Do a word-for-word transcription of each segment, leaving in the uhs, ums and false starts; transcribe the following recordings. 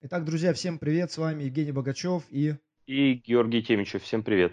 Итак, друзья, всем привет, с вами Евгений Богачев и... И Георгий Темичев. Всем привет.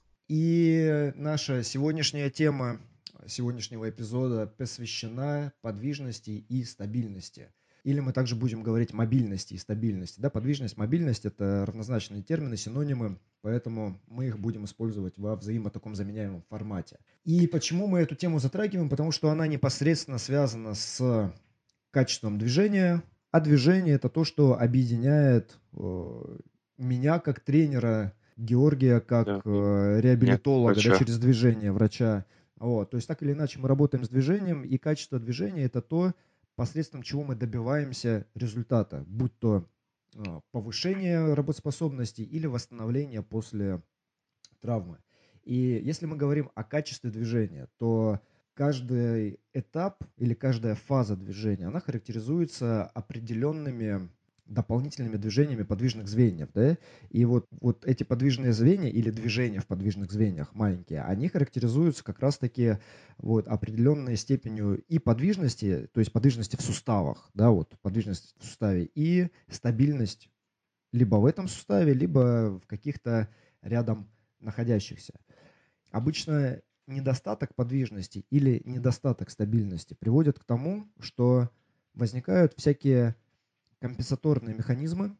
И наша сегодняшняя тема сегодняшнего эпизода посвящена подвижности и стабильности. Или мы также будем говорить мобильности и стабильности. Да, подвижность, мобильность – это равнозначные термины, синонимы, поэтому мы их будем использовать во взаимо таком заменяемом формате. И почему мы эту тему затрагиваем? Потому что она непосредственно связана с качеством движения, а движение – это то, что объединяет э, меня как тренера, Георгия как Да, и э, меня как реабилитолога, да, врача. через движение врача. Вот. То есть так или иначе мы работаем с движением, и качество движения – это то, посредством чего мы добиваемся результата, будь то э, повышение работоспособности или восстановление после травмы. И если мы говорим о качестве движения, то каждый этап или каждая фаза движения, она характеризуется определенными дополнительными движениями подвижных звеньев, да, и вот, вот эти подвижные звенья или движения в подвижных звеньях маленькие, они характеризуются как раз-таки вот определенной степенью и подвижности, то есть подвижности в суставах, да, вот подвижность в суставе и стабильность либо в этом суставе, либо в каких-то рядом находящихся. Обычно недостаток подвижности или недостаток стабильности приводит к тому, что возникают всякие компенсаторные механизмы,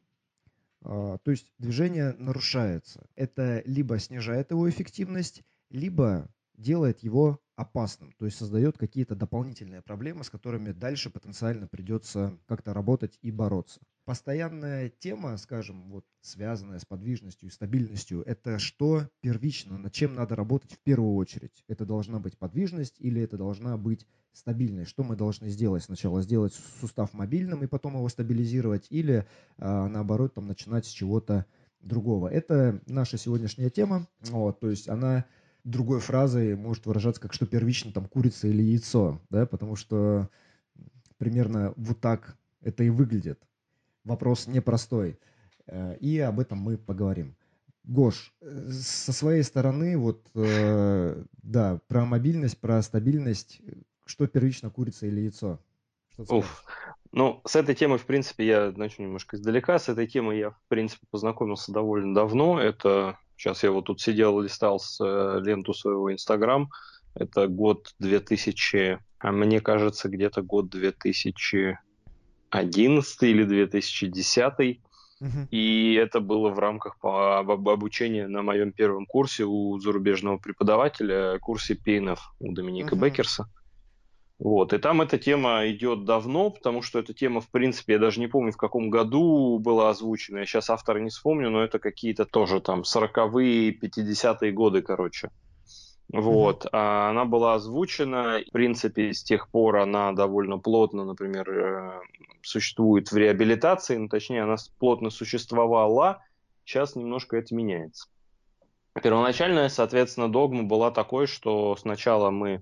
а, то есть движение нарушается. Это либо снижает его эффективность, либо делает его опасным, то есть создает какие-то дополнительные проблемы, с которыми дальше потенциально придется как-то работать и бороться. Постоянная тема, скажем, вот связанная с подвижностью и стабильностью, это что первично, над чем надо работать в первую очередь. Это должна быть подвижность или это должна быть стабильность? Что мы должны сделать? Сначала сделать сустав мобильным и потом его стабилизировать, или а, наоборот там начинать с чего-то другого. Это наша сегодняшняя тема. Вот, то есть она другой фразой может выражаться как что первично там курица или яйцо, да, потому что примерно вот так это и выглядит. Вопрос непростой. Э, И об этом мы поговорим. Гош, э, со своей стороны, вот, э, да, про мобильность, про стабильность, э, что первично, курица или яйцо? Что ты Уф. скажешь? Ну, с этой темой, в принципе, я начну немножко издалека. С этой темой я, в принципе, познакомился довольно давно. Это сейчас я вот тут сидел, листал с, э, ленту своего Инстаграм. Это год две тысячи, а мне кажется, где-то год две тысячи одиннадцатый или две тысячи десятый. Мгм. И это было в рамках по- об- обучения на моем первом курсе у зарубежного преподавателя, курсе пи эн эф у Доминика Мгм. Беккерса. Вот, и там эта тема идет давно, потому что эта тема, в принципе, я даже не помню, в каком году была озвучена, я сейчас автора не вспомню, но это какие-то тоже там сороковые, пятидесятые годы, короче. Мгм. Вот, а она была озвучена, в принципе, с тех пор она довольно плотно, например, э, существует в реабилитации, ну, точнее, она плотно существовала, сейчас немножко это меняется. Первоначальная, соответственно, догма была такой, что сначала мы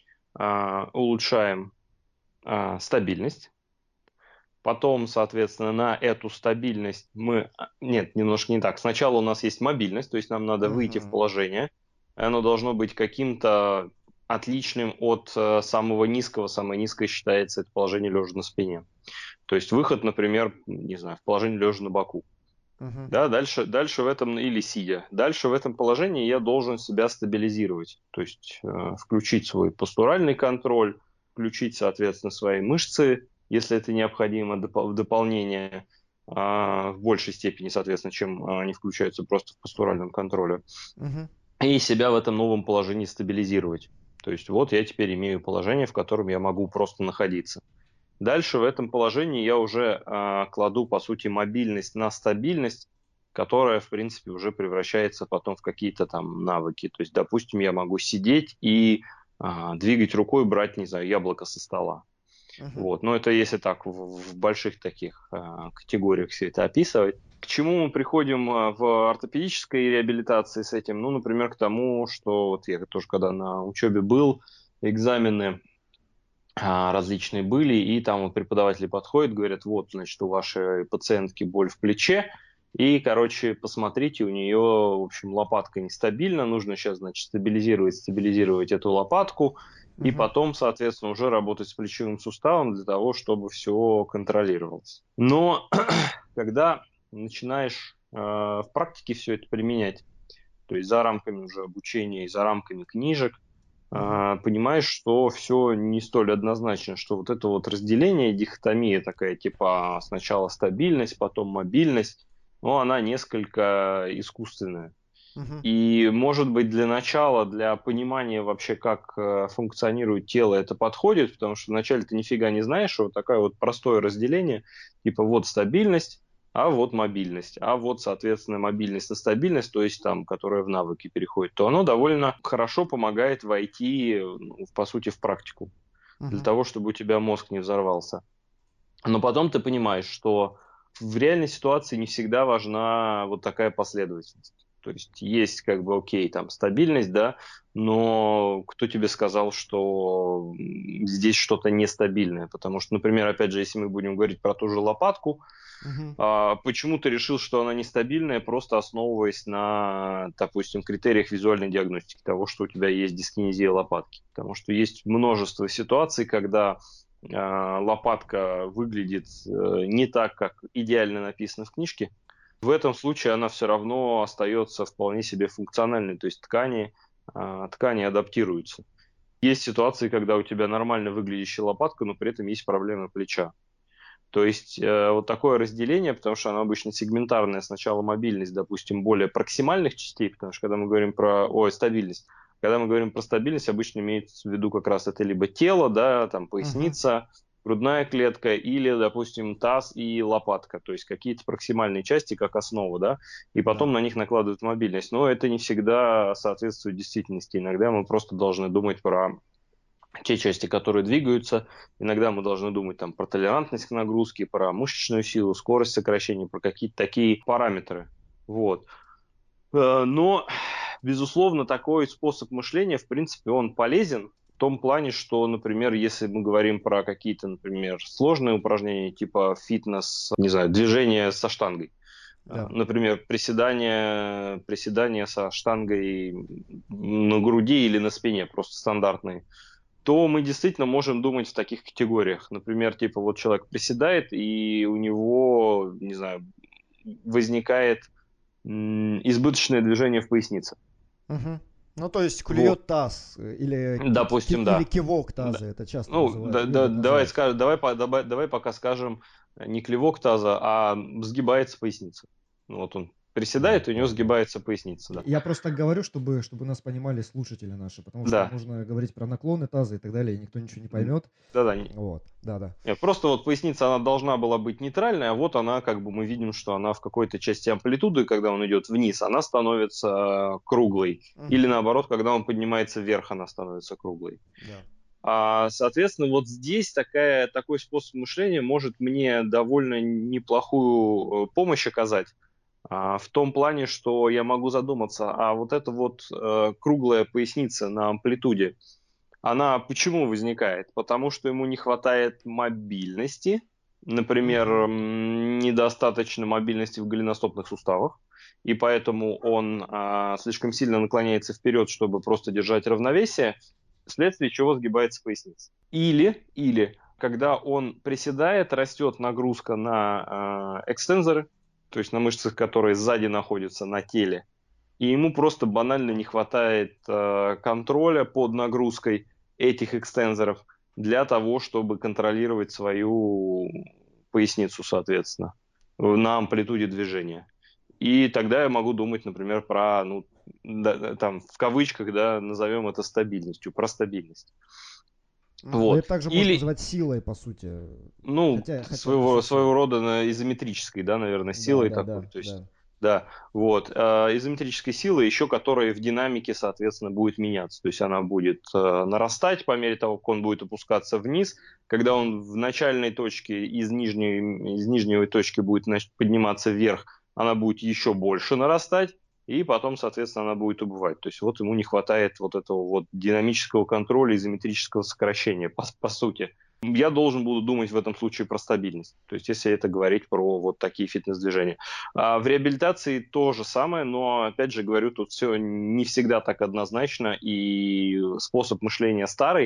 а, улучшаем а, стабильность. Потом, соответственно, на эту стабильность мы... а, Нет, немножко не так. Сначала у нас есть мобильность, то есть нам надо выйти в Мгм. положение. Оно должно быть каким-то отличным от э, самого низкого. Самое низкое считается это положение лежа на спине. То есть выход, например, не знаю, в положение лежа на боку. Мгм. Да, дальше, дальше в этом, или сидя, дальше в этом положении я должен себя стабилизировать, то есть э, включить свой постуральный контроль, включить, соответственно, свои мышцы, если это необходимо допол- в дополнение, а, в большей степени, соответственно, чем а, они включаются просто в постуральном контроле, Мгм. и себя в этом новом положении стабилизировать. То есть вот я теперь имею положение, в котором я могу просто находиться. Дальше в этом положении я уже э, кладу, по сути, мобильность на стабильность, которая, в принципе, уже превращается потом в какие-то там навыки. То есть, допустим, я могу сидеть и э, двигать рукой, брать, не знаю, яблоко со стола. Мгм. Вот. Но это если так в, в больших таких э, категориях все это описывать. К чему мы приходим э, в ортопедической реабилитации с этим? Ну, например, к тому, что вот я тоже когда на учебе был, экзамены а, различные были, и там вот преподаватели подходят, говорят, вот, значит, у вашей пациентки боль в плече, и, короче, посмотрите, у нее, в общем, лопатка нестабильна, нужно сейчас, значит, стабилизировать, стабилизировать эту лопатку, и Мгм. потом, соответственно, уже работать с плечевым суставом для того, чтобы все контролировалось. Но когда начинаешь э, в практике все это применять, то есть за рамками уже обучения и за рамками книжек, Мгм. а, понимаешь, что все не столь однозначно, что вот это вот разделение, дихотомия такая, типа сначала стабильность, потом мобильность, но она несколько искусственная. Мгм. И, может быть, для начала, для понимания вообще, как э, функционирует тело, это подходит, потому что вначале ты нифига не знаешь, что вот такое вот простое разделение, типа вот стабильность, а вот мобильность, а вот, соответственно, мобильность на стабильность, то есть там, которая в навыки переходит, то оно довольно хорошо помогает войти, ну, по сути, в практику, для Мгм. того, чтобы у тебя мозг не взорвался. Но потом ты понимаешь, что в реальной ситуации не всегда важна вот такая последовательность. То есть есть как бы окей, там стабильность, да, но кто тебе сказал, что здесь что-то нестабильное? Потому что, например, опять же, если мы будем говорить про ту же лопатку, Мгм. а, почему ты решил, что она нестабильная, просто основываясь на, допустим, критериях визуальной диагностики того, что у тебя есть дискинезия лопатки? Потому что есть множество ситуаций, когда а, лопатка выглядит э, не так, как идеально написано в книжке. В этом случае она все равно остается вполне себе функциональной, то есть ткани, а, ткани адаптируются. Есть ситуации, когда у тебя нормально выглядящая лопатка, но при этом есть проблемы плеча. То есть э, вот такое разделение, потому что оно обычно сегментарное, сначала мобильность, допустим, более проксимальных частей, потому что когда мы говорим про, ой, стабильность, когда мы говорим про стабильность, обычно имеется в виду как раз это либо тело, да, там Мгм. поясница, грудная клетка или, допустим, таз и лопатка, то есть какие-то проксимальные части как основа, да, и Да. потом на них накладывают мобильность. Но это не всегда соответствует действительности. Иногда мы просто должны думать про те части, которые двигаются. Иногда мы должны думать там, про толерантность к нагрузке, про мышечную силу, скорость сокращения, про какие-то такие параметры. Вот. Э, Но, безусловно, такой способ мышления, в принципе, он полезен в том плане, что, например, если мы говорим про какие-то, например, сложные упражнения, типа фитнес, не знаю, движение со штангой, а, Да. например, приседания, приседания со штангой на груди или на спине, просто стандартные, то мы действительно можем думать в таких категориях. Например, типа вот человек приседает, и у него, не знаю, возникает м, избыточное движение в пояснице. Мгм. Ну, то есть Вот, клюет таз э, или, ки- ки- ки- допустим, или да. кивок Да. таза, это часто Ну, называют, да, да, любят давай, называть. скажем, давай, по- давай, давай пока скажем э, не клевок таза, а сгибается поясница. Ну, вот он Да, приседает, и у него да, да. сгибается поясница, да. Я просто так говорю, чтобы, чтобы нас понимали слушатели наши, потому что Да, можно говорить про наклоны таза и так далее, и никто ничего не поймет. да-да. Вот, да-да. Нет, просто вот поясница, она должна была быть нейтральной, а вот она, как бы мы видим, что она в какой-то части амплитуды, когда он идет вниз, она становится э, круглой. Или Мгм. наоборот, когда он поднимается вверх, она становится круглой. Да. А, соответственно, вот здесь такая, такой способ мышления может мне довольно неплохую э, помощь оказать. А, в том плане, что я могу задуматься, а вот эта вот э, круглая поясница на амплитуде, она почему возникает? Потому что ему не хватает мобильности, например, Мгм. м, недостаточно мобильности в голеностопных суставах, и поэтому он а, слишком сильно наклоняется вперед, чтобы просто держать равновесие, вследствие чего сгибается поясница. Или, или когда он приседает, растет нагрузка на а, экстензоры, то есть на мышцы, которые сзади находятся на теле, и ему просто банально не хватает э, контроля под нагрузкой этих экстензоров для того, чтобы контролировать свою поясницу, соответственно, на амплитуде движения. И тогда я могу думать, например, про, ну, да, там, в кавычках, да, назовем это стабильностью, про стабильность. М, Но Вот. это также можно Или, называть силой, по сути. ну, Хотя, хотя не своего, совсем. своего рода на изометрической, да, наверное, Да, силой да, такой. да, То есть, да. да, вот. Э, изометрической силы, еще которая в динамике, соответственно, будет меняться. То есть она будет э, нарастать по мере того, как он будет опускаться вниз. Когда Мгм. он в начальной точке из нижней, из нижней точки будет, значит, подниматься вверх, она будет еще больше нарастать. И потом, соответственно, она будет убывать. То есть вот ему не хватает вот этого вот динамического контроля, изометрического сокращения, по, по сути. Я должен буду думать в этом случае про стабильность. То есть, если это говорить про вот такие фитнес-движения. А в реабилитации то же самое, но, опять же, говорю, тут все не всегда так однозначно, и способ мышления старый,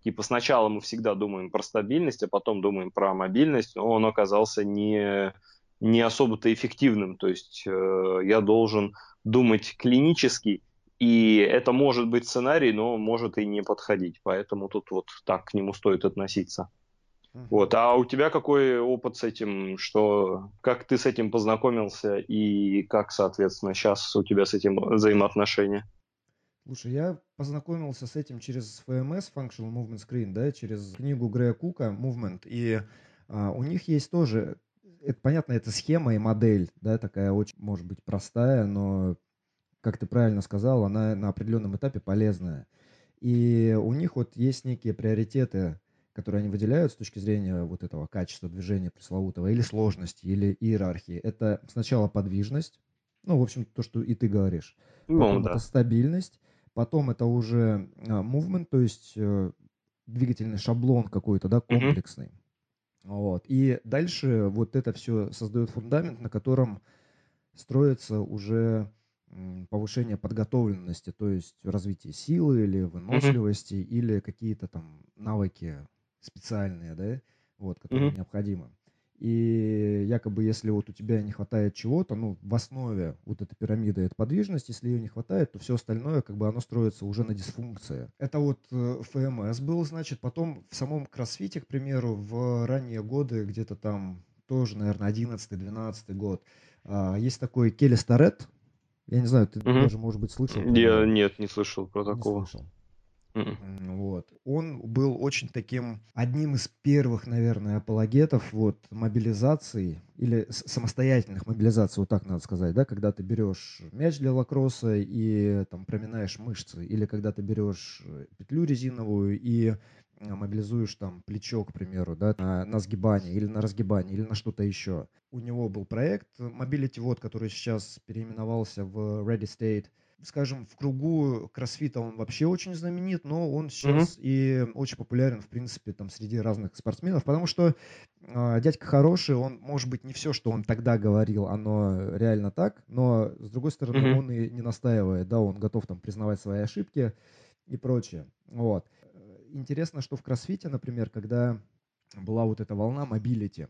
типа сначала мы всегда думаем про стабильность, а потом думаем про мобильность, но он оказался не, не особо-то эффективным. То есть э, я должен думать клинически, и это может быть сценарий, но может и не подходить. Поэтому тут вот так к нему стоит относиться. Мгм. Вот. А у тебя какой опыт с этим, что как ты с этим познакомился и как, соответственно, сейчас у тебя с этим взаимоотношения? Слушай, я познакомился с этим через эф эм эс, Functional Movement Screen, да, через книгу Грея Кука Movement, и а, у них есть тоже, это понятно, это схема и модель, да, такая очень, может быть, простая, но, как ты правильно сказал, она на определенном этапе полезная. И у них вот есть некие приоритеты, которые они выделяют с точки зрения вот этого качества движения пресловутого, или сложности, или иерархии. Это сначала подвижность, ну, в общем, то, что и ты говоришь. Ну, Потом это да. стабильность, потом это уже а, movement, то есть э, двигательный шаблон какой-то, да, Мгм. комплексный. Вот. И дальше вот это все создает фундамент, на котором строится уже м, повышение подготовленности, то есть развитие силы или Мгм. выносливости, или какие-то там навыки специальные, да, вот, которые Мгм. необходимы. И якобы, если вот у тебя не хватает чего-то, ну, в основе вот этой пирамиды это подвижность, если ее не хватает, то все остальное, как бы оно строится уже на дисфункции. Это вот э, эф эм эс был, значит, потом в самом кроссфите, к примеру, в ранние годы, где-то там тоже, наверное, одиннадцатый-двенадцатый год, а, есть такой Келли Старрет. Я не знаю, ты Мгм. даже, может быть, слышал про Я него. нет, не слышал про Не такого. слышал. Мгм. М, Вот. Он был очень таким, одним из первых, наверное, апологетов вот мобилизации или с- самостоятельных мобилизаций, вот так надо сказать, да, когда ты берешь мяч для лакросса и там проминаешь мышцы, или когда ты берешь э, петлю резиновую и э, мобилизуешь там плечо, к примеру, да, на, на сгибание или на разгибание или на что-то еще. У него был проект Mobility Вот, который сейчас переименовался в Ready State. Скажем, в кругу кроссфита он вообще очень знаменит, но он Мгм. сейчас и очень популярен, в принципе, там среди разных спортсменов, потому что а, дядька хороший, он, может быть, не все, что он тогда говорил, оно реально так, но, с другой стороны, Мгм. он и не настаивает, да, он готов там признавать свои ошибки и прочее. Вот. Э, Интересно, что в кроссфите, например, когда была вот эта волна мобилити,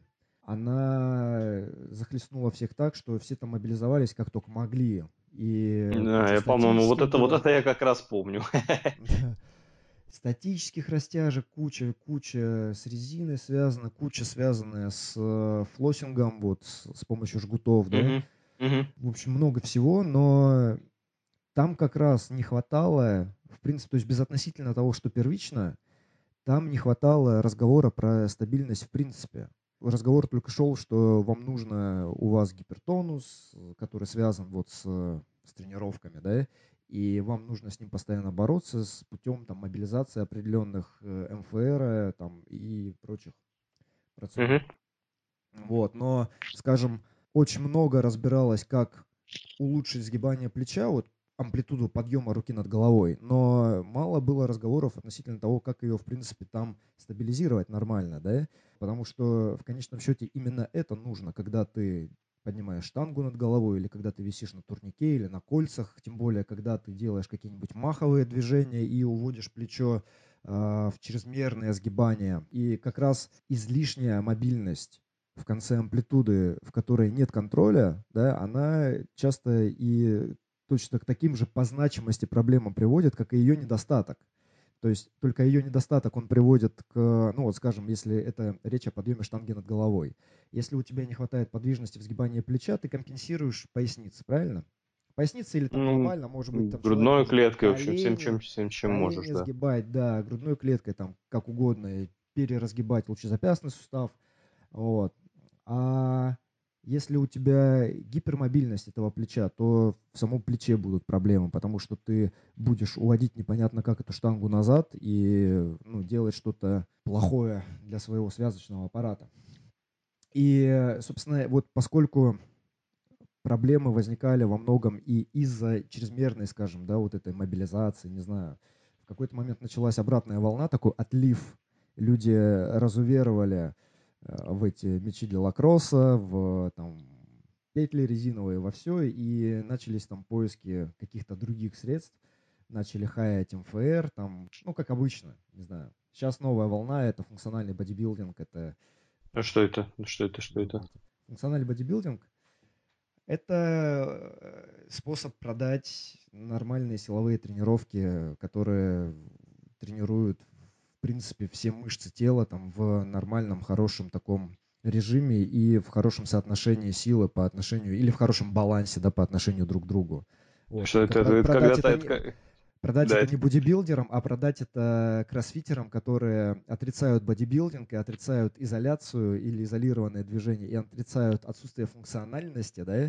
она захлестнула всех так, что все там мобилизовались как только могли. И Да, куча я, по-моему, вот статических это, вот было, это я как раз помню. да, статических растяжек, куча, куча с резиной связана, куча связанная с э, флоссингом, вот с, с помощью жгутов, да. Мгм. Мгм. В общем, много всего, но там как раз не хватало, в принципе, то есть безотносительно того, что первично, там не хватало разговора про стабильность в принципе. Разговор только шел, что вам нужно, у вас гипертонус, э, который связан вот с, э, с тренировками, да, и вам нужно с ним постоянно бороться с путем там мобилизации определенных э, эм эф эр там и прочих Мгм. процедур. Вот, но, скажем, очень много разбиралось, как улучшить сгибание плеча, вот амплитуду подъема руки над головой, но мало было разговоров относительно того, как ее, в принципе, там стабилизировать нормально, да, потому что в конечном счете именно это нужно, когда ты поднимаешь штангу над головой, или когда ты висишь на турнике, или на кольцах, тем более, когда ты делаешь какие-нибудь маховые движения и уводишь плечо а, в чрезмерное сгибание. И как раз излишняя мобильность в конце амплитуды, в которой нет контроля, да, она часто и точно к таким же по значимости проблемам приводит, как и ее недостаток. То есть только ее недостаток, он приводит к, ну вот скажем, если это речь о подъеме штанги над головой. Если у тебя не хватает подвижности в сгибании плеча, ты компенсируешь поясницей, правильно? Поясница или там Ну, глобально, может быть, там человек грудной может клеткой, в общем, всем, колени, чем, всем, чем можешь, колени да. сгибать, да, грудной клеткой там как угодно, переразгибать лучезапястный сустав, вот. А если у тебя гипермобильность этого плеча, то в самом плече будут проблемы, потому что ты будешь уводить непонятно как эту штангу назад и ну, делать что-то плохое для своего связочного аппарата. И, собственно, вот поскольку проблемы возникали во многом и из-за чрезмерной, скажем, да, вот этой мобилизации, не знаю, в какой-то момент началась обратная волна, такой отлив. Люди разуверовали э, в эти мячи для лакросса, в там, петли резиновые, во все, и начались там поиски каких-то других средств, начали хаять эм эф эр, там, ну, как обычно, не знаю. Сейчас новая волна, это функциональный бодибилдинг, это А что это? Что это? Что ну, это? вот. Функциональный бодибилдинг– это э, способ продать нормальные силовые тренировки, которые тренируют, в принципе, все мышцы тела там в нормальном, хорошем таком режиме и в хорошем соотношении силы по отношению, или в хорошем балансе, да, по отношению друг к другу. Вот, Что только это? Это, про- это продать когда-то... это Это, не, как- продать да, это это... не бодибилдерам, а продать это кроссфитерам, которые отрицают бодибилдинг и отрицают изоляцию или изолированное движение, и отрицают отсутствие функциональности, да.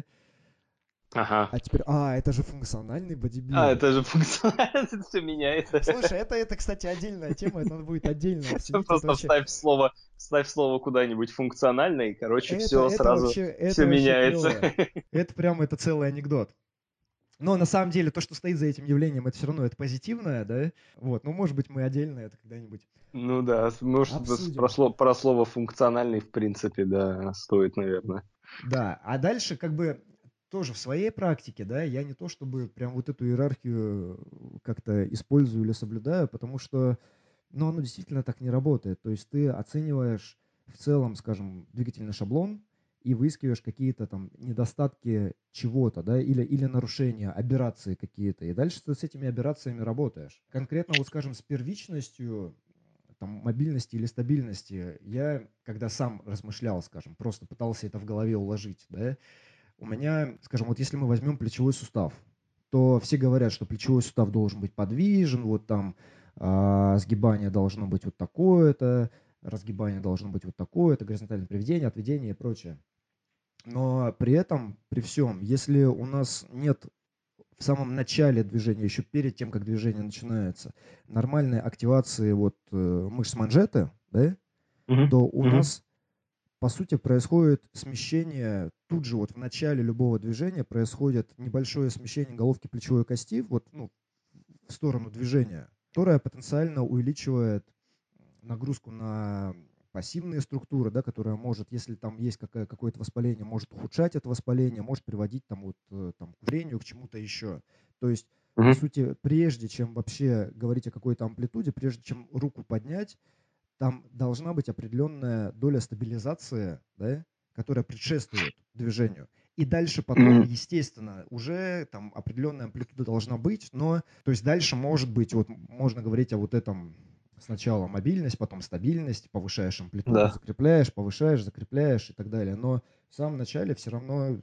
Ага. А теперь, а, это же функциональный А, бодибилдинг. это же функционально, это все меняется. Слушай, это, это, кстати, отдельная тема, это надо будет отдельно обсудить. Это Просто вообще, вставь слово, вставь слово куда-нибудь функционально, и, короче, это, все это сразу, вообще, все это вообще меняется. клево. Это прям, это целый анекдот. Но на самом деле то, что стоит за этим явлением, это все равно это позитивное, да? Вот, ну, может быть, мы отдельно это когда-нибудь Ну да, может, про, обсудим. слово, про слово функциональный, в принципе, да, стоит, наверное. Да, а дальше как бы тоже в своей практике, да, я не то чтобы прям вот эту иерархию как-то использую или соблюдаю, потому что, ну, оно действительно так не работает. То есть ты оцениваешь в целом, скажем, двигательный шаблон и выискиваешь какие-то там недостатки чего-то, да, или, или нарушения, аберрации какие-то. И дальше ты с этими аберрациями работаешь. Конкретно, вот, скажем, с первичностью там, мобильности или стабильности, я, когда сам размышлял, скажем, просто пытался это в голове уложить, да, у меня, скажем, вот если мы возьмем плечевой сустав, то все говорят, что плечевой сустав должен быть подвижен, вот там а, сгибание должно быть вот такое-то, разгибание должно быть вот такое-то, горизонтальное приведение, отведение и прочее. Но при этом, при всем, если у нас нет в самом начале движения, еще перед тем, как движение начинается, нормальной активации вот э, мышц манжеты, да, Мгм, то у мгм, нас по сути происходит смещение тут же вот в начале любого движения происходит небольшое смещение головки плечевой кости вот ну, в сторону движения, которое потенциально увеличивает нагрузку на пассивные структуры, да, которая может, если там есть какая, какое-то воспаление, может ухудшать это воспаление, может приводить там, вот, э, там, к курению, к чему-то еще. То есть, по мгм, сути, прежде чем вообще говорить о какой-то амплитуде, прежде чем руку поднять, там должна быть определенная доля стабилизации, да, которая предшествует движению. И дальше потом, мгм. естественно, уже там определенная амплитуда должна быть, но то есть дальше может быть, вот можно говорить о вот этом сначала мобильность, потом стабильность, повышаешь амплитуду, Да. закрепляешь, повышаешь, закрепляешь и так далее. Но в самом начале все равно,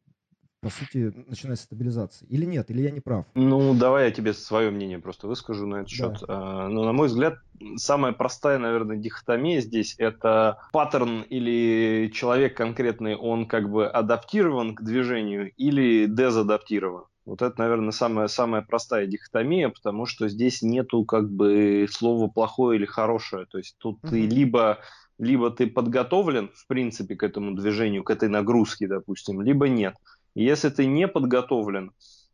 по сути, начинается стабилизация. Или нет, или я не прав. Ну, давай я тебе свое мнение просто выскажу на этот счет. Да. А, Ну, на мой взгляд, самая простая, наверное, дихотомия здесь– это паттерн или человек конкретный, он как бы адаптирован к движению или дезадаптирован. Вот это, наверное, самая, самая простая дихотомия, потому что здесь нету как бы слова плохое или хорошее. То есть тут ты Мгм. либо, либо ты подготовлен, в принципе, к этому движению, к этой нагрузке, допустим, либо нет. И если ты не подготовлен,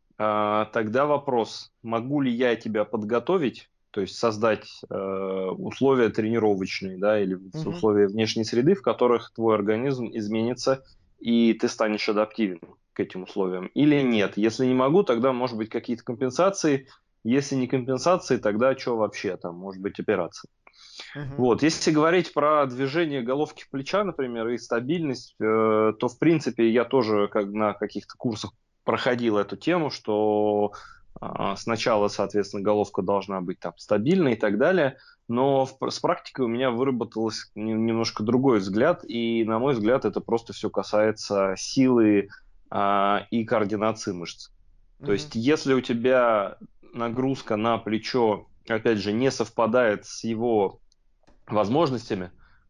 а, тогда вопрос, могу ли я тебя подготовить, то есть создать э, условия тренировочные, да, или Мгм. условия внешней среды, в которых твой организм изменится, и ты станешь адаптивен к этим условиям, или нет. Если не могу, тогда, может быть, какие-то компенсации. Если не компенсации, тогда что вообще там, может быть, операция. Мгм. Вот, если говорить про движение головки плеча, например, и стабильность, э, то, в принципе, я тоже как на каких-то курсах проходил эту тему, что а, сначала, соответственно, головка должна быть там стабильной и так далее, но в- с практикой у меня выработался не- немножко другой взгляд, и, на мой взгляд, это просто все касается силы а, и координации мышц. То Мгм. есть, если у тебя нагрузка на плечо, опять же, не совпадает с его возможностями.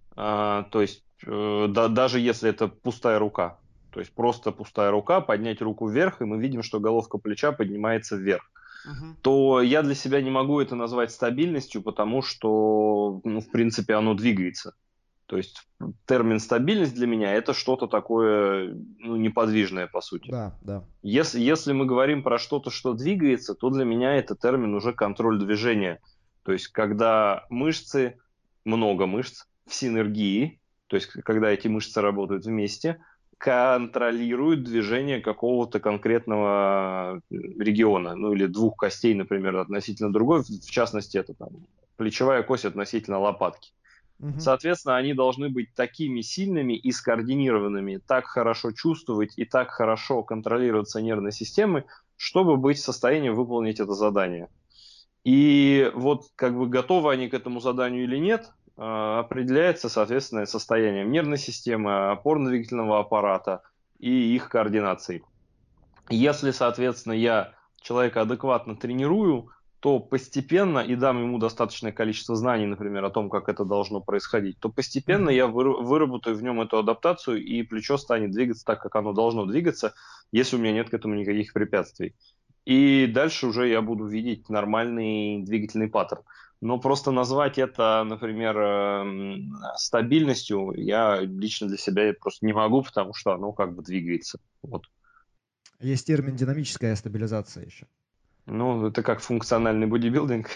А, то есть э, да, даже если это пустая рука, то есть просто пустая рука, поднять руку вверх, и мы видим, что головка плеча поднимается вверх, Мгм. то я для себя не могу это назвать стабильностью, потому что, ну, в принципе, оно двигается. То есть термин стабильность для меня это что-то такое, ну, неподвижное, по сути. Да, да. Если, если мы говорим про что-то, что двигается, то для меня это термин уже контроль движения. То есть, когда мышцы, много мышц в синергии, то есть, когда эти мышцы работают вместе, контролируют движение какого-то конкретного региона, ну или двух костей, например, относительно другой. В частности, это там плечевая кость относительно лопатки. Мгм. Соответственно, они должны быть такими сильными и скоординированными, так хорошо чувствовать и так хорошо контролироваться нервной системой, чтобы быть в состоянии выполнить это задание. И вот как бы готовы они к этому заданию или нет, а, определяется, соответственно, состоянием нервной системы, опорно-двигательного аппарата и их координацией. Если, соответственно, я человека адекватно тренирую, то постепенно и дам ему достаточное количество знаний, например, о том, как это должно происходить, то постепенно Мгм. я выр- выработаю в нем эту адаптацию, и плечо станет двигаться так, как оно должно двигаться, если у меня нет к этому никаких препятствий. И дальше уже я буду видеть нормальный двигательный паттерн. Но просто назвать это, например, эм, стабильностью я лично для себя просто не могу, потому что оно как бы двигается. Вот. Есть термин динамическая стабилизация еще. Ну, это как функциональный бодибилдинг.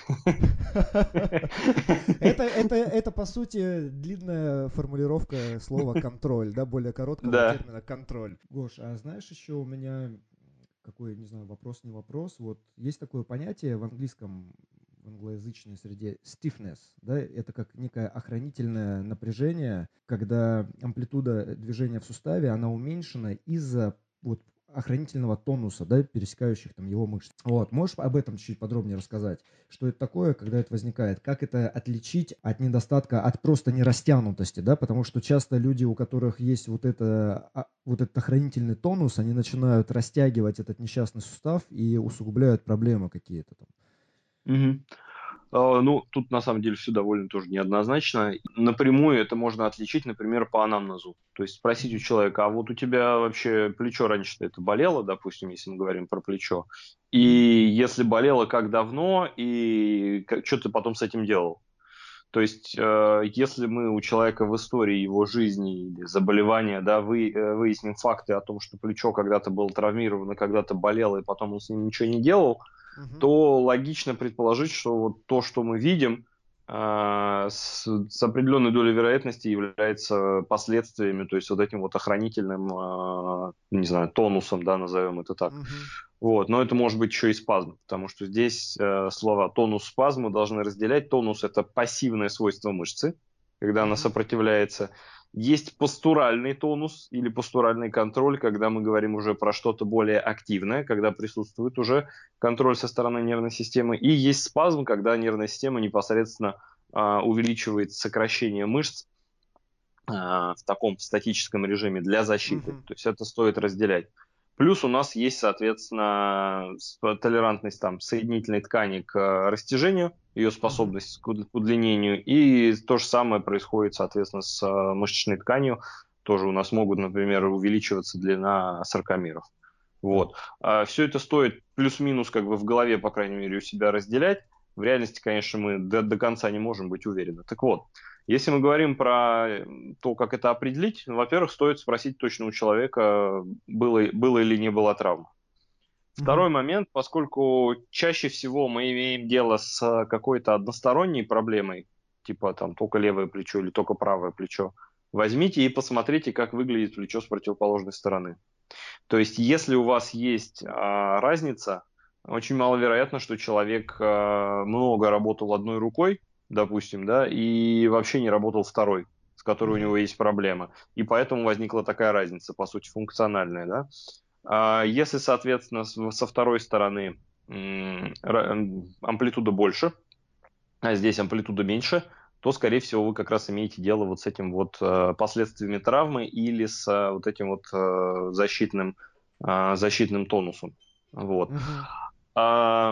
Это, это, это, по сути, длинная формулировка слова контроль, да, более короткого Да. термина контроль. Гош, а знаешь еще у меня какой, не знаю, вопрос не вопрос. Вот есть такое понятие в английском, в англоязычной среде stiffness, да, это как некое охранительное напряжение, когда амплитуда движения в суставе, она уменьшена из-за вот охранительного тонуса, да, пересекающих там его мышц. Вот, можешь об этом чуть подробнее рассказать? Что это такое, когда это возникает? Как это отличить от недостатка, от просто нерастянутости, да? Потому что часто люди, у которых есть вот, это, а, вот этот охранительный тонус, они начинают растягивать этот несчастный сустав и усугубляют проблемы какие-то там. Мгм. А, Ну, тут на самом деле все довольно тоже неоднозначно. Напрямую это можно отличить, например, по анамнезу. То есть спросить у Мгм. человека, а вот у тебя вообще плечо раньше это болело, допустим, если мы говорим про плечо, и Мгм. если болело, как давно, и как, что ты потом с этим делал? То есть, э, если мы у человека в истории его жизни или заболевания, да, вы, э, выясним факты о том, что плечо когда-то было травмировано, когда-то болело, и потом он с ним ничего не делал, Мгм. то логично предположить, что вот то, что мы видим, а, с, с определенной долей вероятности является последствиями, то есть вот этим вот охранительным, а, не знаю, тонусом, да, назовем это так. Мгм. Вот, но это может быть еще и спазм, потому что здесь э, слова тонус, спазм мы должны разделять. Тонус – это пассивное свойство мышцы, когда она Мгм. сопротивляется. Есть постуральный тонус или постуральный контроль, когда мы говорим уже про что-то более активное, когда присутствует уже контроль со стороны нервной системы. И есть спазм, когда нервная система непосредственно а, увеличивает сокращение мышц а, в таком статическом режиме для защиты. Мгм. То есть это стоит разделять. Плюс у нас есть, соответственно, толерантность там, соединительной ткани к э, растяжению, ее Мгм. способность к удлинению. И то же самое происходит, соответственно, с э, мышечной тканью. Тоже у нас могут, например, увеличиваться длина саркомеров. Да. Вот. А все это стоит плюс-минус как бы в голове, по крайней мере, у себя разделять. В реальности, конечно, мы до, до конца не можем быть уверены. Так вот, если мы говорим про то, как это определить, ну, во-первых, стоит спросить точно у человека, было, было или не было травма. Мгм. Второй момент, поскольку чаще всего мы имеем дело с какой-то односторонней проблемой, типа там только левое плечо или только правое плечо, возьмите и посмотрите, как выглядит плечо с противоположной стороны. То есть, если у вас есть а, разница, очень маловероятно, что человек а, много работал одной рукой, допустим, да, и вообще не работал второй, с которой у Мгм. него есть проблема. И поэтому возникла такая разница, по сути, функциональная, да. А если, соответственно, с- со второй стороны м, ра- м, амплитуда больше, а здесь амплитуда меньше, то, скорее всего, вы как раз имеете дело вот с этим вот э, последствиями травмы или с э, вот этим вот э, защитным, э, защитным тонусом. Вот. Мгм. А,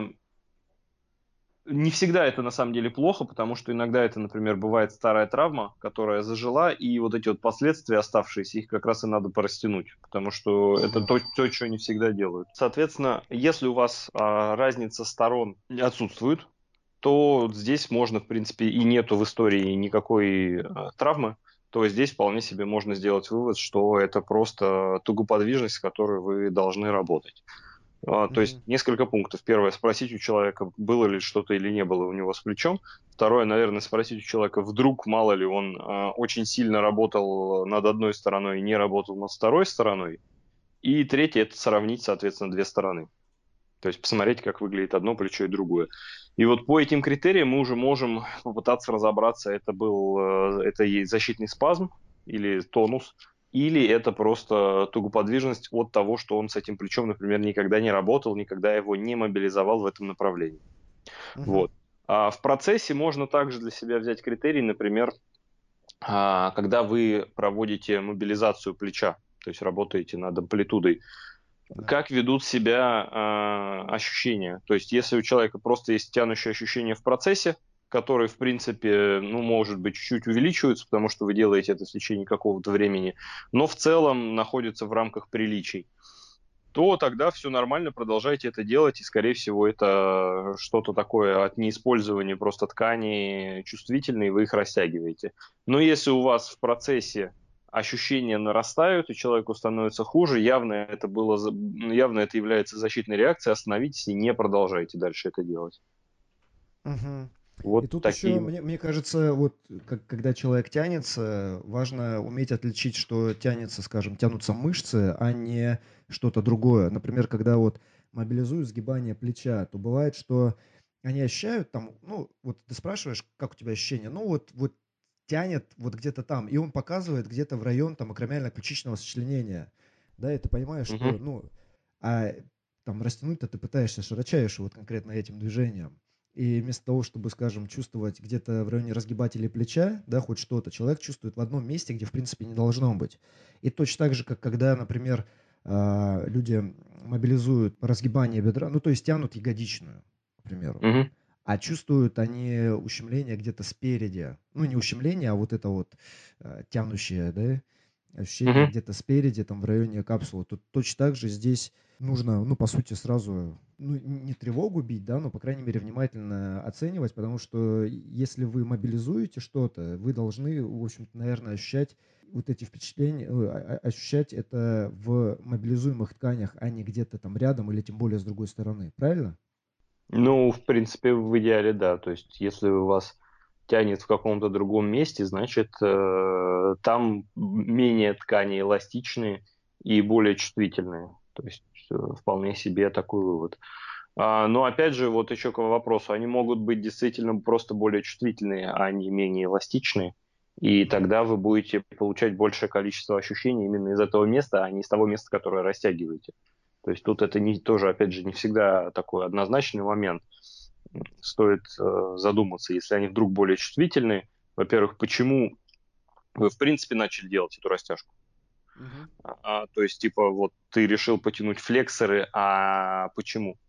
не всегда это на самом деле плохо, потому что иногда это, например, бывает старая травма, которая зажила, и вот эти вот последствия оставшиеся, их как раз и надо порастянуть, потому что это Да. то, то что они всегда делают. Соответственно, если у вас а, разница сторон отсутствует, то здесь можно, в принципе, и нету в истории никакой э, травмы, то здесь вполне себе можно сделать вывод, что это просто тугоподвижность, с которой вы должны работать. А, То есть Мгм. несколько пунктов. Первое, спросить у человека, было ли что-то или не было у него с плечом. Второе, наверное, спросить у человека, вдруг, мало ли, он а, очень сильно работал над одной стороной и не работал над второй стороной. И третье, это сравнить, соответственно, две стороны. То есть посмотреть, как выглядит одно плечо и другое. И вот по этим критериям мы уже можем попытаться разобраться, это был э, это и защитный спазм или тонус, или это просто тугоподвижность от того, что он с этим плечом, например, никогда не работал, никогда его не мобилизовал в этом направлении. Мгм. Вот. А в процессе можно также для себя взять критерий, например, а, когда вы проводите мобилизацию плеча, то есть работаете над амплитудой, Да. как ведут себя а, ощущения. То есть, если у человека просто есть тянущие ощущения в процессе, которые, в принципе, ну, может быть, чуть-чуть увеличиваются, потому что вы делаете это в течение какого-то времени, но в целом находятся в рамках приличий, то тогда все нормально, продолжайте это делать, и, скорее всего, это что-то такое от неиспользования просто ткани чувствительные, вы их растягиваете. Но если у вас в процессе ощущения нарастают, и человеку становится хуже, явно это было, за- явно это является защитной реакцией, остановитесь и не продолжайте дальше это делать. Мгм. И Вот тут еще, такие вот. мне, мне кажется, вот как, когда человек тянется, важно уметь отличить, что тянется, скажем, тянутся мышцы, а не что-то другое. Например, когда вот мобилизую сгибание плеча, то бывает, что они ощущают там, ну, вот ты спрашиваешь, как у тебя ощущение, ну, вот, вот тянет вот где-то там, и он показывает где-то в район там акромиально-ключичного сочленения, да, и ты понимаешь, Мгм. что, ну, а там растянуть-то ты пытаешься широчайше вот конкретно этим движением. И вместо того, чтобы, скажем, чувствовать где-то в районе разгибателей плеча, да, хоть что-то, человек чувствует в одном месте, где, в принципе, не должно быть. И точно так же, как когда, например, а, люди мобилизуют разгибание бедра, ну, то есть тянут ягодичную, к примеру, Мгм. а чувствуют они ущемление где-то спереди. Ну, не ущемление, а вот это вот э, тянущее, да, ощущение Мгм. где-то спереди, там в районе капсулы. Тут точно так же здесь нужно, ну, по сути, сразу, ну, не тревогу бить, да, но, по крайней мере, внимательно оценивать, потому что если вы мобилизуете что-то, вы должны, в общем-то, наверное, ощущать вот эти впечатления, э, а- а- ощущать это в мобилизуемых тканях, а не где-то там рядом или тем более с другой стороны. Правильно? Ну, в принципе, в идеале, да. То есть, если у вас тянет в каком-то другом месте, значит, э, там менее ткани эластичные и более чувствительные. То есть, э, вполне себе такой вывод. А, но опять же, вот еще к вопросу, они могут быть действительно просто более чувствительные, а не менее эластичные. И Мгм. тогда вы будете получать большее количество ощущений именно из этого места, а не из того места, которое растягиваете. То есть тут это не, тоже, опять же, не всегда такой однозначный момент. Стоит э, задуматься, если они вдруг более чувствительны, во-первых, почему вы, в принципе, начали делать эту растяжку. Мгм. А, то есть, типа, вот ты решил потянуть флексоры, а почему?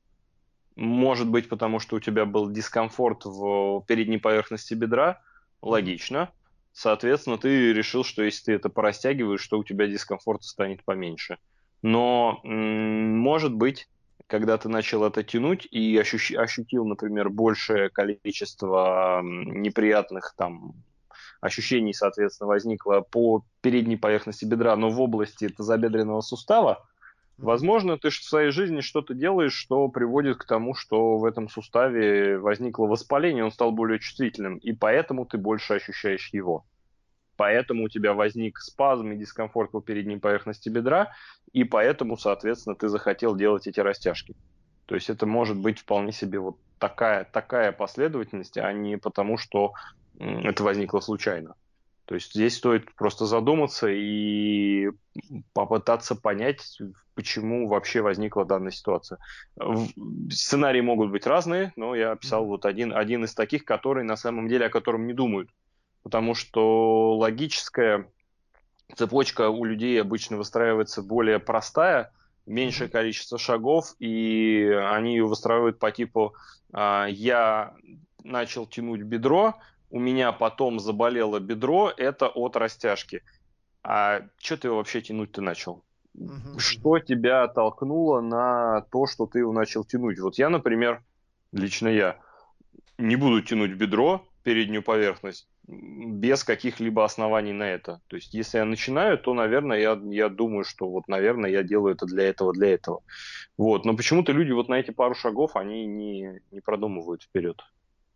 Может быть, потому что у тебя был дискомфорт в передней поверхности бедра. Мгм. Логично. Соответственно, ты решил, что если ты это порастягиваешь, что у тебя дискомфорта станет поменьше. Но, м, может быть, когда ты начал это тянуть и ощущ- ощутил, например, большее количество м, неприятных там ощущений, соответственно, возникло по передней поверхности бедра, но в области тазобедренного сустава, Мгм. возможно, ты ж в своей жизни что-то делаешь, что приводит к тому, что в этом суставе возникло воспаление, он стал более чувствительным, и поэтому ты больше ощущаешь его. Поэтому у тебя возник спазм и дискомфорт по передней поверхности бедра, и поэтому, соответственно, ты захотел делать эти растяжки. То есть это может быть вполне себе вот такая, такая последовательность, а не потому, что м, это возникло случайно. То есть здесь стоит просто задуматься и попытаться понять, почему вообще возникла данная ситуация. В- Сценарии могут быть разные, но я описал Мгм. вот один, один из таких, который на самом деле, о котором не думают. Потому что логическая цепочка у людей обычно выстраивается более простая, меньшее Мгм. количество шагов, и они ее выстраивают по типу а, «я начал тянуть бедро, у меня потом заболело бедро, это от растяжки». А что ты его вообще тянуть-то начал? Мгм. Мгм. Что тебя толкнуло на то, что ты его начал тянуть? Вот я, например, лично я, не буду тянуть бедро, переднюю поверхность, без каких-либо оснований на это. То есть, если я начинаю, то, наверное, я, я думаю, что вот, наверное, я делаю это для этого, для этого. Вот. Но почему-то люди вот на эти пару шагов, они не, не продумывают вперед.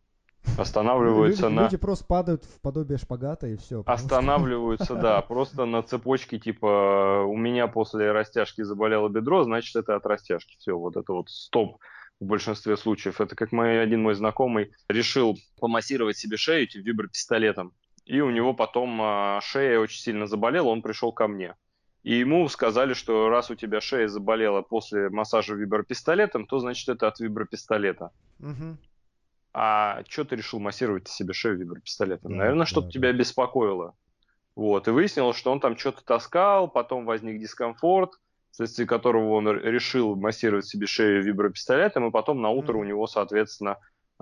Люди, Останавливаются на... люди просто падают в подобие шпагата и все, потому что... Останавливаются, да, просто на цепочке, типа, у меня после растяжки заболело бедро, значит, это от растяжки. Все, вот это вот стоп в большинстве случаев. Это как мой, один мой знакомый решил помассировать себе шею этим вибропистолетом, и у него потом а, шея очень сильно заболела, он пришел ко мне. И ему сказали, что раз у тебя шея заболела после массажа вибропистолетом, то значит это от вибропистолета. Мгм. А что ты решил массировать себе шею вибропистолетом? Да, Наверное, что-то да, да. тебя беспокоило. Вот, и выяснилось, что он там что-то таскал, потом возник дискомфорт, вследствие которого он р- решил массировать себе шею вибропистолетом, и потом на утро у Мгм. него, соответственно,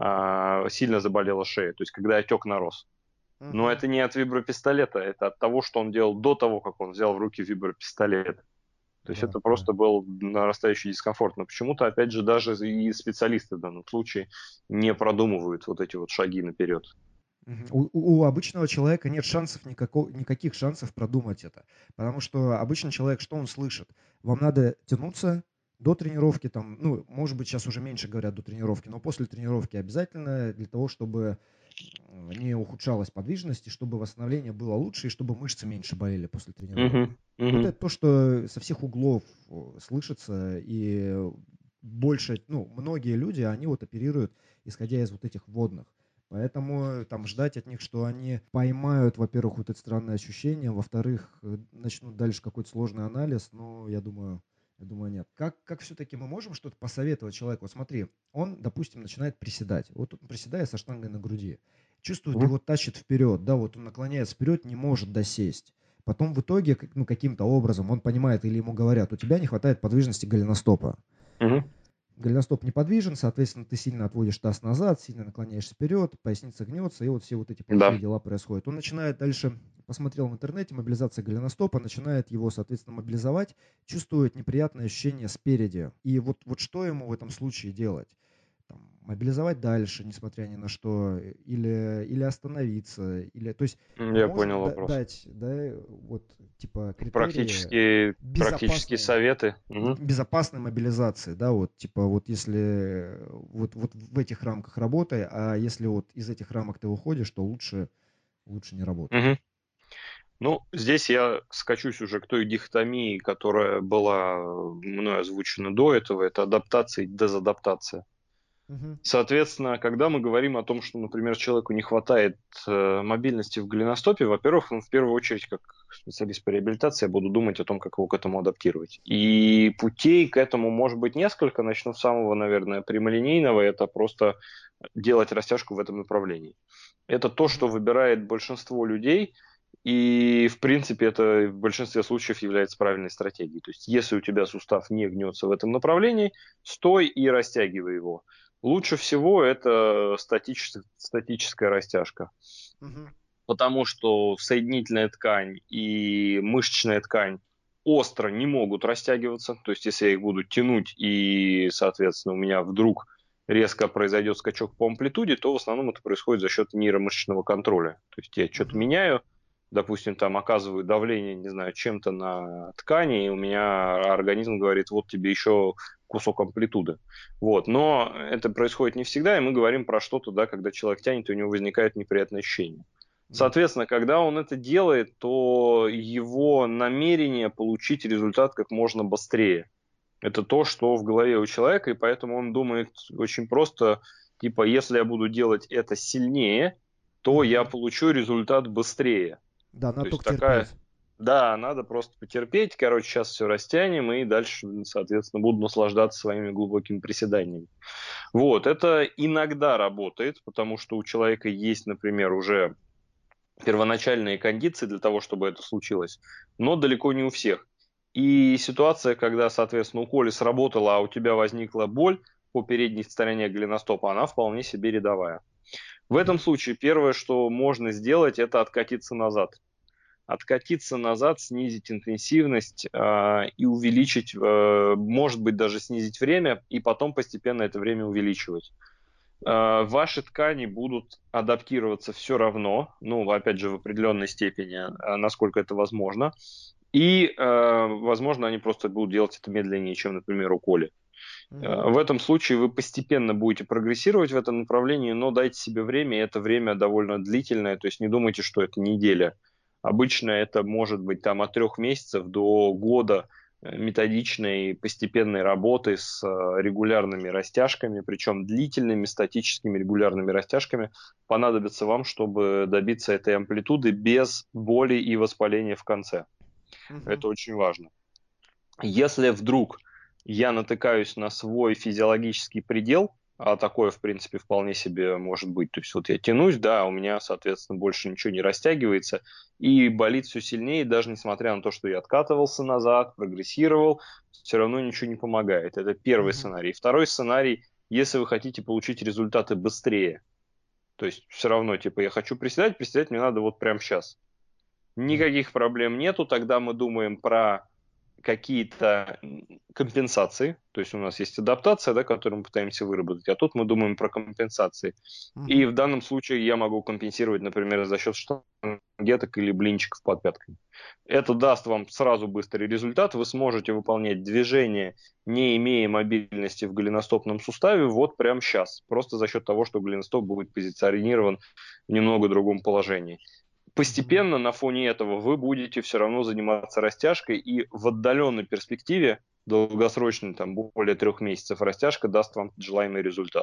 а, сильно заболела шея, то есть когда отек нарос. Но Мгм. это не от вибропистолета, это от того, что он делал до того, как он взял в руки вибропистолет. То есть Да, это да. просто был нарастающий дискомфорт. Но почему-то, опять же, даже и специалисты в данном случае не продумывают вот эти вот шаги наперед. Мгм. У, у- у обычного человека нет шансов, никакого, никаких шансов продумать это. Потому что обычный человек, что он слышит? Вам надо тянуться до тренировки, там, ну, может быть, сейчас уже меньше говорят до тренировки, но после тренировки обязательно для того, чтобы м, не ухудшалась подвижность, и чтобы восстановление было лучше, и чтобы мышцы меньше болели после тренировок. Мгм, Вот мгм, это то, что со всех углов о, слышится, и больше, ну, многие люди, они вот оперируют, исходя из вот этих вводных. Поэтому там ждать от них, что они поймают, во-первых, вот это странное ощущение, во-вторых, э, начнут дальше какой-то сложный анализ, ну, я думаю, я думаю, нет. Как, как все-таки мы можем что-то посоветовать человеку? Вот смотри, он, допустим, начинает приседать. Вот он приседает со штангой на груди. Чувствует, мгм, его тащит вперед, да, вот он наклоняется вперед, не может досесть. Потом в итоге, как- ну, каким-то образом он понимает или ему говорят, у тебя не хватает подвижности голеностопа. мгм. Голеностоп неподвижен, соответственно, ты сильно отводишь таз назад, сильно наклоняешься вперед, поясница гнется, и вот все вот эти плохие Да. дела происходят. Он начинает дальше, посмотрел в интернете, мобилизация голеностопа, начинает его, соответственно, мобилизовать, чувствует неприятное ощущение спереди. И вот, вот что ему в этом случае делать? Там, мобилизовать дальше, несмотря ни на что, э, или, или остановиться, или, то есть М, мы Я можем понял да- вопрос. дать, да, вот, типа, критерии Практические, практические безопасной советы. Мгм. безопасной мобилизации, да, вот, типа, вот если вот, вот в этих рамках работай, а если вот из этих рамок ты выходишь, то лучше, лучше не работай. Мгм. Ну, здесь я скачусь уже к той дихотомии, которая была мной озвучена до этого. Это адаптация и дезадаптация. Мгм. Соответственно, когда мы говорим о том, что, например, человеку не хватает э, мобильности в голеностопе, во-первых, он в первую очередь, как специалист по реабилитации, я буду думать о том, как его к этому адаптировать. И путей к этому может быть несколько. Начну с самого, наверное, прямолинейного. Это просто делать растяжку в этом направлении. Это то, что Мгм. выбирает большинство людей, и, в принципе, это в большинстве случаев является правильной стратегией. То есть, если у тебя сустав не гнется в этом направлении, стой и растягивай его. Лучше всего это статич- статическая растяжка, Мгм. потому что соединительная ткань и мышечная ткань остро не могут растягиваться. То есть, если я их буду тянуть и, соответственно, у меня вдруг резко произойдет скачок по амплитуде, то в основном это происходит за счет нейромышечного контроля. То есть я что-то Мгм. меняю, допустим, там оказываю давление, не знаю, чем-то на ткани, и у меня организм говорит, вот тебе еще кусок амплитуды. Вот. Но это происходит не всегда, и мы говорим про что-то, да, когда человек тянет, и у него возникает неприятное ощущение. Да. Соответственно, когда он это делает, то его намерение получить результат как можно быстрее. Это то, что в голове у человека, и поэтому он думает очень просто, типа, если я буду делать это сильнее, то я Мгм. получу результат быстрее. Да, надо То есть только такая, терпеть. да, надо просто потерпеть, короче, сейчас все растянем, и дальше, соответственно, буду наслаждаться своими глубокими приседаниями. Вот, это иногда работает, потому что у человека есть, например, уже первоначальные кондиции для того, чтобы это случилось, но далеко не у всех. И ситуация, когда, соответственно, у Коли сработала, а у тебя возникла боль по передней стороне голеностопа, она вполне себе рядовая. В этом Мгм. случае первое, что можно сделать, это откатиться назад. Откатиться назад, снизить интенсивность э, и увеличить, э, может быть, даже снизить время, и потом постепенно это время увеличивать. Э, Ваши ткани будут адаптироваться все равно, ну, опять же, в определенной степени, э, насколько это возможно. И, э, возможно, они просто будут делать это медленнее, чем, например, у Коли. Мгм. Э, В этом случае вы постепенно будете прогрессировать в этом направлении, но дайте себе время, и это время довольно длительное, то есть не думайте, что это неделя. Обычно это может быть там от трех месяцев до года э, методичной постепенной работы с э, регулярными растяжками, причем длительными статическими регулярными растяжками понадобится вам, чтобы добиться этой амплитуды без боли и воспаления в конце. Мгм. Это очень важно. Если вдруг я натыкаюсь на свой физиологический предел, а такое, в принципе, вполне себе может быть. То есть вот я тянусь, да, у меня, соответственно, больше ничего не растягивается, и болит все сильнее, даже несмотря на то, что я откатывался назад, прогрессировал, все равно ничего не помогает. Это первый Мгм. сценарий. Второй сценарий, если вы хотите получить результаты быстрее, то есть все равно, типа, я хочу приседать, приседать мне надо вот прямо сейчас. Да. Никаких проблем нету, тогда мы думаем про какие-то компенсации, то есть у нас есть адаптация, да, которую мы пытаемся выработать, а тут мы думаем про компенсации. И Мгм. в данном случае я могу компенсировать, например, за счет штангеток или блинчиков под пятками. Это даст вам сразу быстрый результат, вы сможете выполнять движения, не имея мобильности в голеностопном суставе, вот прямо сейчас, просто за счет того, что голеностоп будет позиционирован в немного другом положении. Мгм. Постепенно на фоне этого вы будете все равно заниматься растяжкой, и в отдаленной перспективе, долгосрочной, там, более трех месяцев, растяжка даст вам желаемый результат.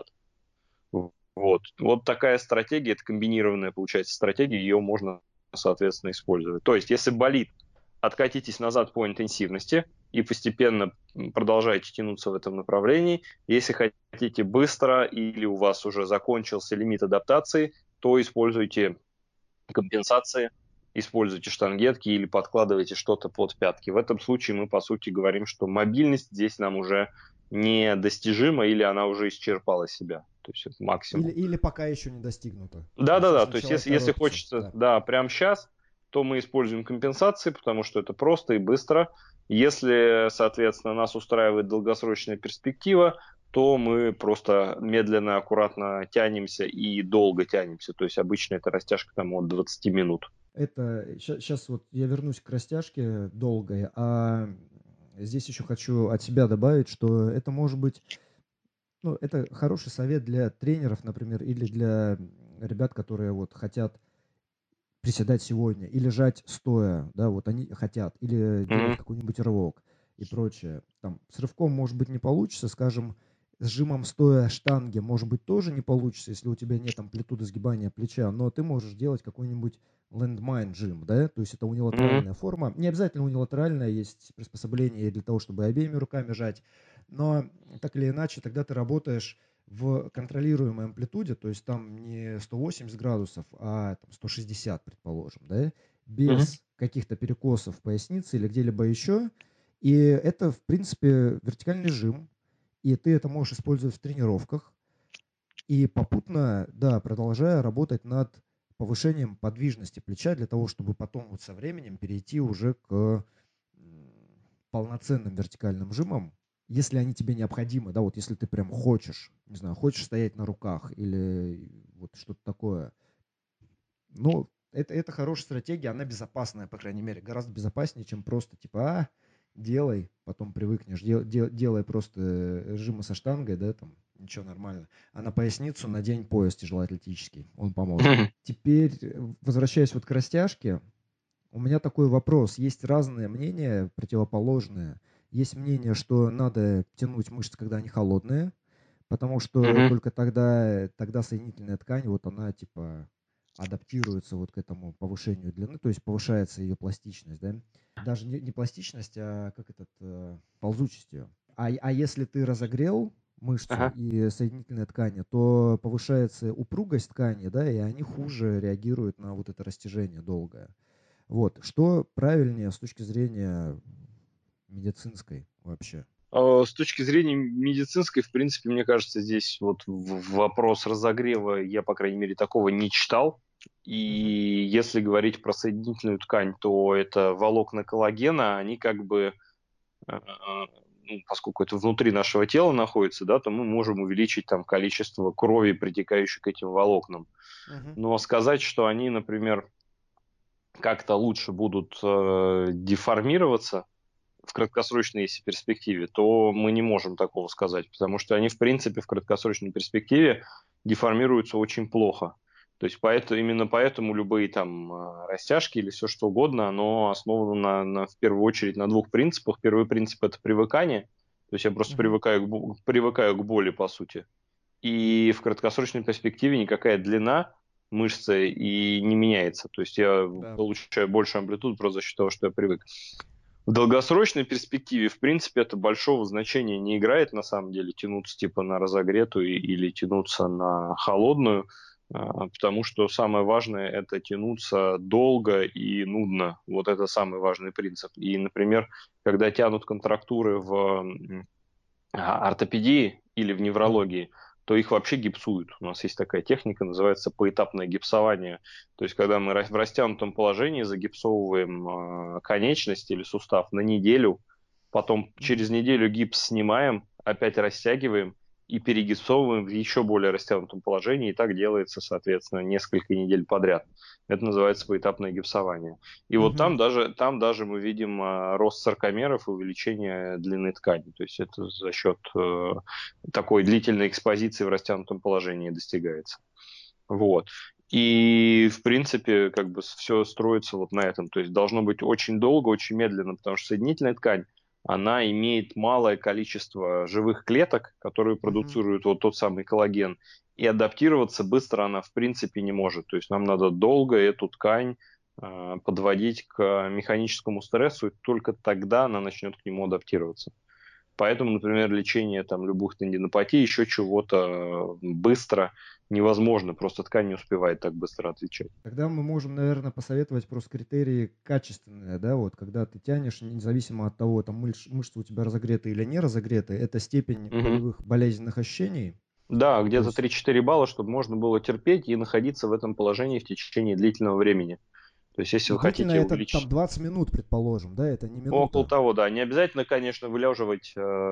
Вот. Вот такая стратегия, это комбинированная, получается, стратегия, ее можно, соответственно, использовать. То есть, если болит, откатитесь назад по интенсивности и постепенно продолжайте тянуться в этом направлении. Если хотите быстро или у вас уже закончился лимит адаптации, то используйте компенсации, используйте штангетки или подкладывайте что-то под пятки. В этом случае мы, по сути, говорим, что мобильность здесь нам уже недостижима или она уже исчерпала себя. То есть это Или, максимум. или пока еще не достигнуто. То есть Да-да-да, если то есть человек если, если торопится, хочется, да. да, прямо сейчас, то мы используем компенсации, потому что это просто и быстро. Если, соответственно, нас устраивает долгосрочная перспектива, то мы просто медленно, аккуратно тянемся и долго тянемся. То есть обычно это растяжка там от двадцати минут. Это сейчас вот я вернусь к растяжке долгой, а здесь еще хочу от себя добавить, что это может быть, ну, это хороший совет для тренеров, например, или для ребят, которые вот хотят приседать сегодня, и лежать стоя, да, вот они хотят, или делать Мгм. какой-нибудь рывок и прочее. Там с рывком, может быть, не получится, скажем, с жимом стоя штанги, может быть, тоже не получится, если у тебя нет амплитуды сгибания плеча, но ты можешь делать какой-нибудь landmine жим, да, то есть это Мгм. унилатеральная форма. Не обязательно унилатеральная, есть приспособления для того, чтобы обеими руками жать, но так или иначе, тогда ты работаешь в контролируемой амплитуде, то есть там не сто восемьдесят градусов, а там сто шестьдесят, предположим, да, Мгм. без каких-то перекосов в пояснице или где-либо еще. И это, в принципе, вертикальный жим, и ты это можешь использовать в тренировках, и попутно, да, продолжая работать над повышением подвижности плеча для того, чтобы потом вот со временем перейти уже к м, полноценным вертикальным жимам, если они тебе необходимы, да, вот если ты прям хочешь, не знаю, хочешь стоять на руках или вот что-то такое. Ну, это, это хорошая стратегия, она безопасная, по крайней мере, гораздо безопаснее, чем просто типа, а, делай, потом привыкнешь, дел, дел- делай просто э, жимы со штангой, да, там, ничего, нормально. А на поясницу надень пояс тяжелоатлетический, он поможет. Мгм. Теперь, э, возвращаясь вот к растяжке, у меня такой вопрос. Есть разные мнения, противоположные. Есть мнение, что надо тянуть мышцы, когда они холодные, потому что Мгм. только тогда, тогда соединительная ткань, вот она типа адаптируется вот к этому повышению длины, то есть повышается ее пластичность, да? Даже не, не пластичность, а как этот, э, ползучесть ее. А, а если ты разогрел мышцу Ага. и соединительные ткани, то повышается упругость ткани, да, и они хуже реагируют на вот это растяжение долгое. Вот. Что правильнее с точки зрения медицинской вообще? А, С точки зрения медицинской, в принципе, мне кажется, здесь вот в- вопрос разогрева я, по крайней мере, такого не читал. И Мгм. если говорить про соединительную ткань, то это волокна коллагена, они как бы, э, ну, поскольку это внутри нашего тела находится, да, то мы можем увеличить там количество крови, притекающей к этим волокнам. Мгм. Но сказать, что они, например, как-то лучше будут э, деформироваться в краткосрочной если перспективе, то мы не можем такого сказать, потому что они, в принципе, в краткосрочной перспективе деформируются очень плохо. То есть поэтому, именно поэтому любые там э, растяжки или все что угодно, оно основано на, на, в первую очередь на двух принципах. Первый принцип – это привыкание. То есть я просто Мгм. привыкаю к, бо- привыкаю к боли, по сути. И в краткосрочной перспективе никакая длина мышцы и не меняется. То есть я Да. получаю больше амплитуд просто за счет того, что я привык. В долгосрочной перспективе, в принципе, это большого значения не играет, на самом деле, тянуться типа на разогретую или тянуться на холодную, а, потому что самое важное – это тянуться долго и нудно. Вот это самый важный принцип. И, например, когда тянут контрактуры в м, а, ортопедии или в Мгм. неврологии, то их вообще гипсуют. У нас есть такая техника, называется поэтапное гипсование. То есть, когда мы в растянутом положении загипсовываем э, конечность или сустав на неделю, потом Мгм. через неделю гипс снимаем, опять растягиваем и перегипсовываем в еще более растянутом положении. И так делается, соответственно, несколько недель подряд. Это называется поэтапное гипсование. И вот Мгм. там даже, там даже мы видим э, рост саркомеров и увеличение длины ткани. То есть это за счет э, такой длительной экспозиции в растянутом положении достигается. Вот. И, в принципе, как бы все строится вот на этом. То есть должно быть очень долго, очень медленно, потому что соединительная ткань, она имеет малое количество живых клеток, которые Мгм. продуцируют вот тот самый коллаген. И адаптироваться быстро она, в принципе, не может. То есть нам надо долго эту ткань э, подводить к механическому стрессу, и только тогда она начнет к нему адаптироваться. Поэтому, например, лечение там, любых тендинопатий, еще чего-то э, быстро невозможно, просто ткань не успевает так быстро отвечать. Тогда мы можем, наверное, посоветовать просто критерии качественные, да, вот, когда ты тянешь, независимо от того, там мышц, мышцы у тебя разогреты или не разогреты, это степень Мгм. болевых болезненных ощущений, Да, то где-то есть, три-четыре балла, чтобы можно было терпеть и находиться в этом положении в течение длительного времени. То есть, если ну, вы длительно хотите это там увеличить двадцать минут, предположим, да, это не около минута. того, да, не обязательно, конечно, вылеживать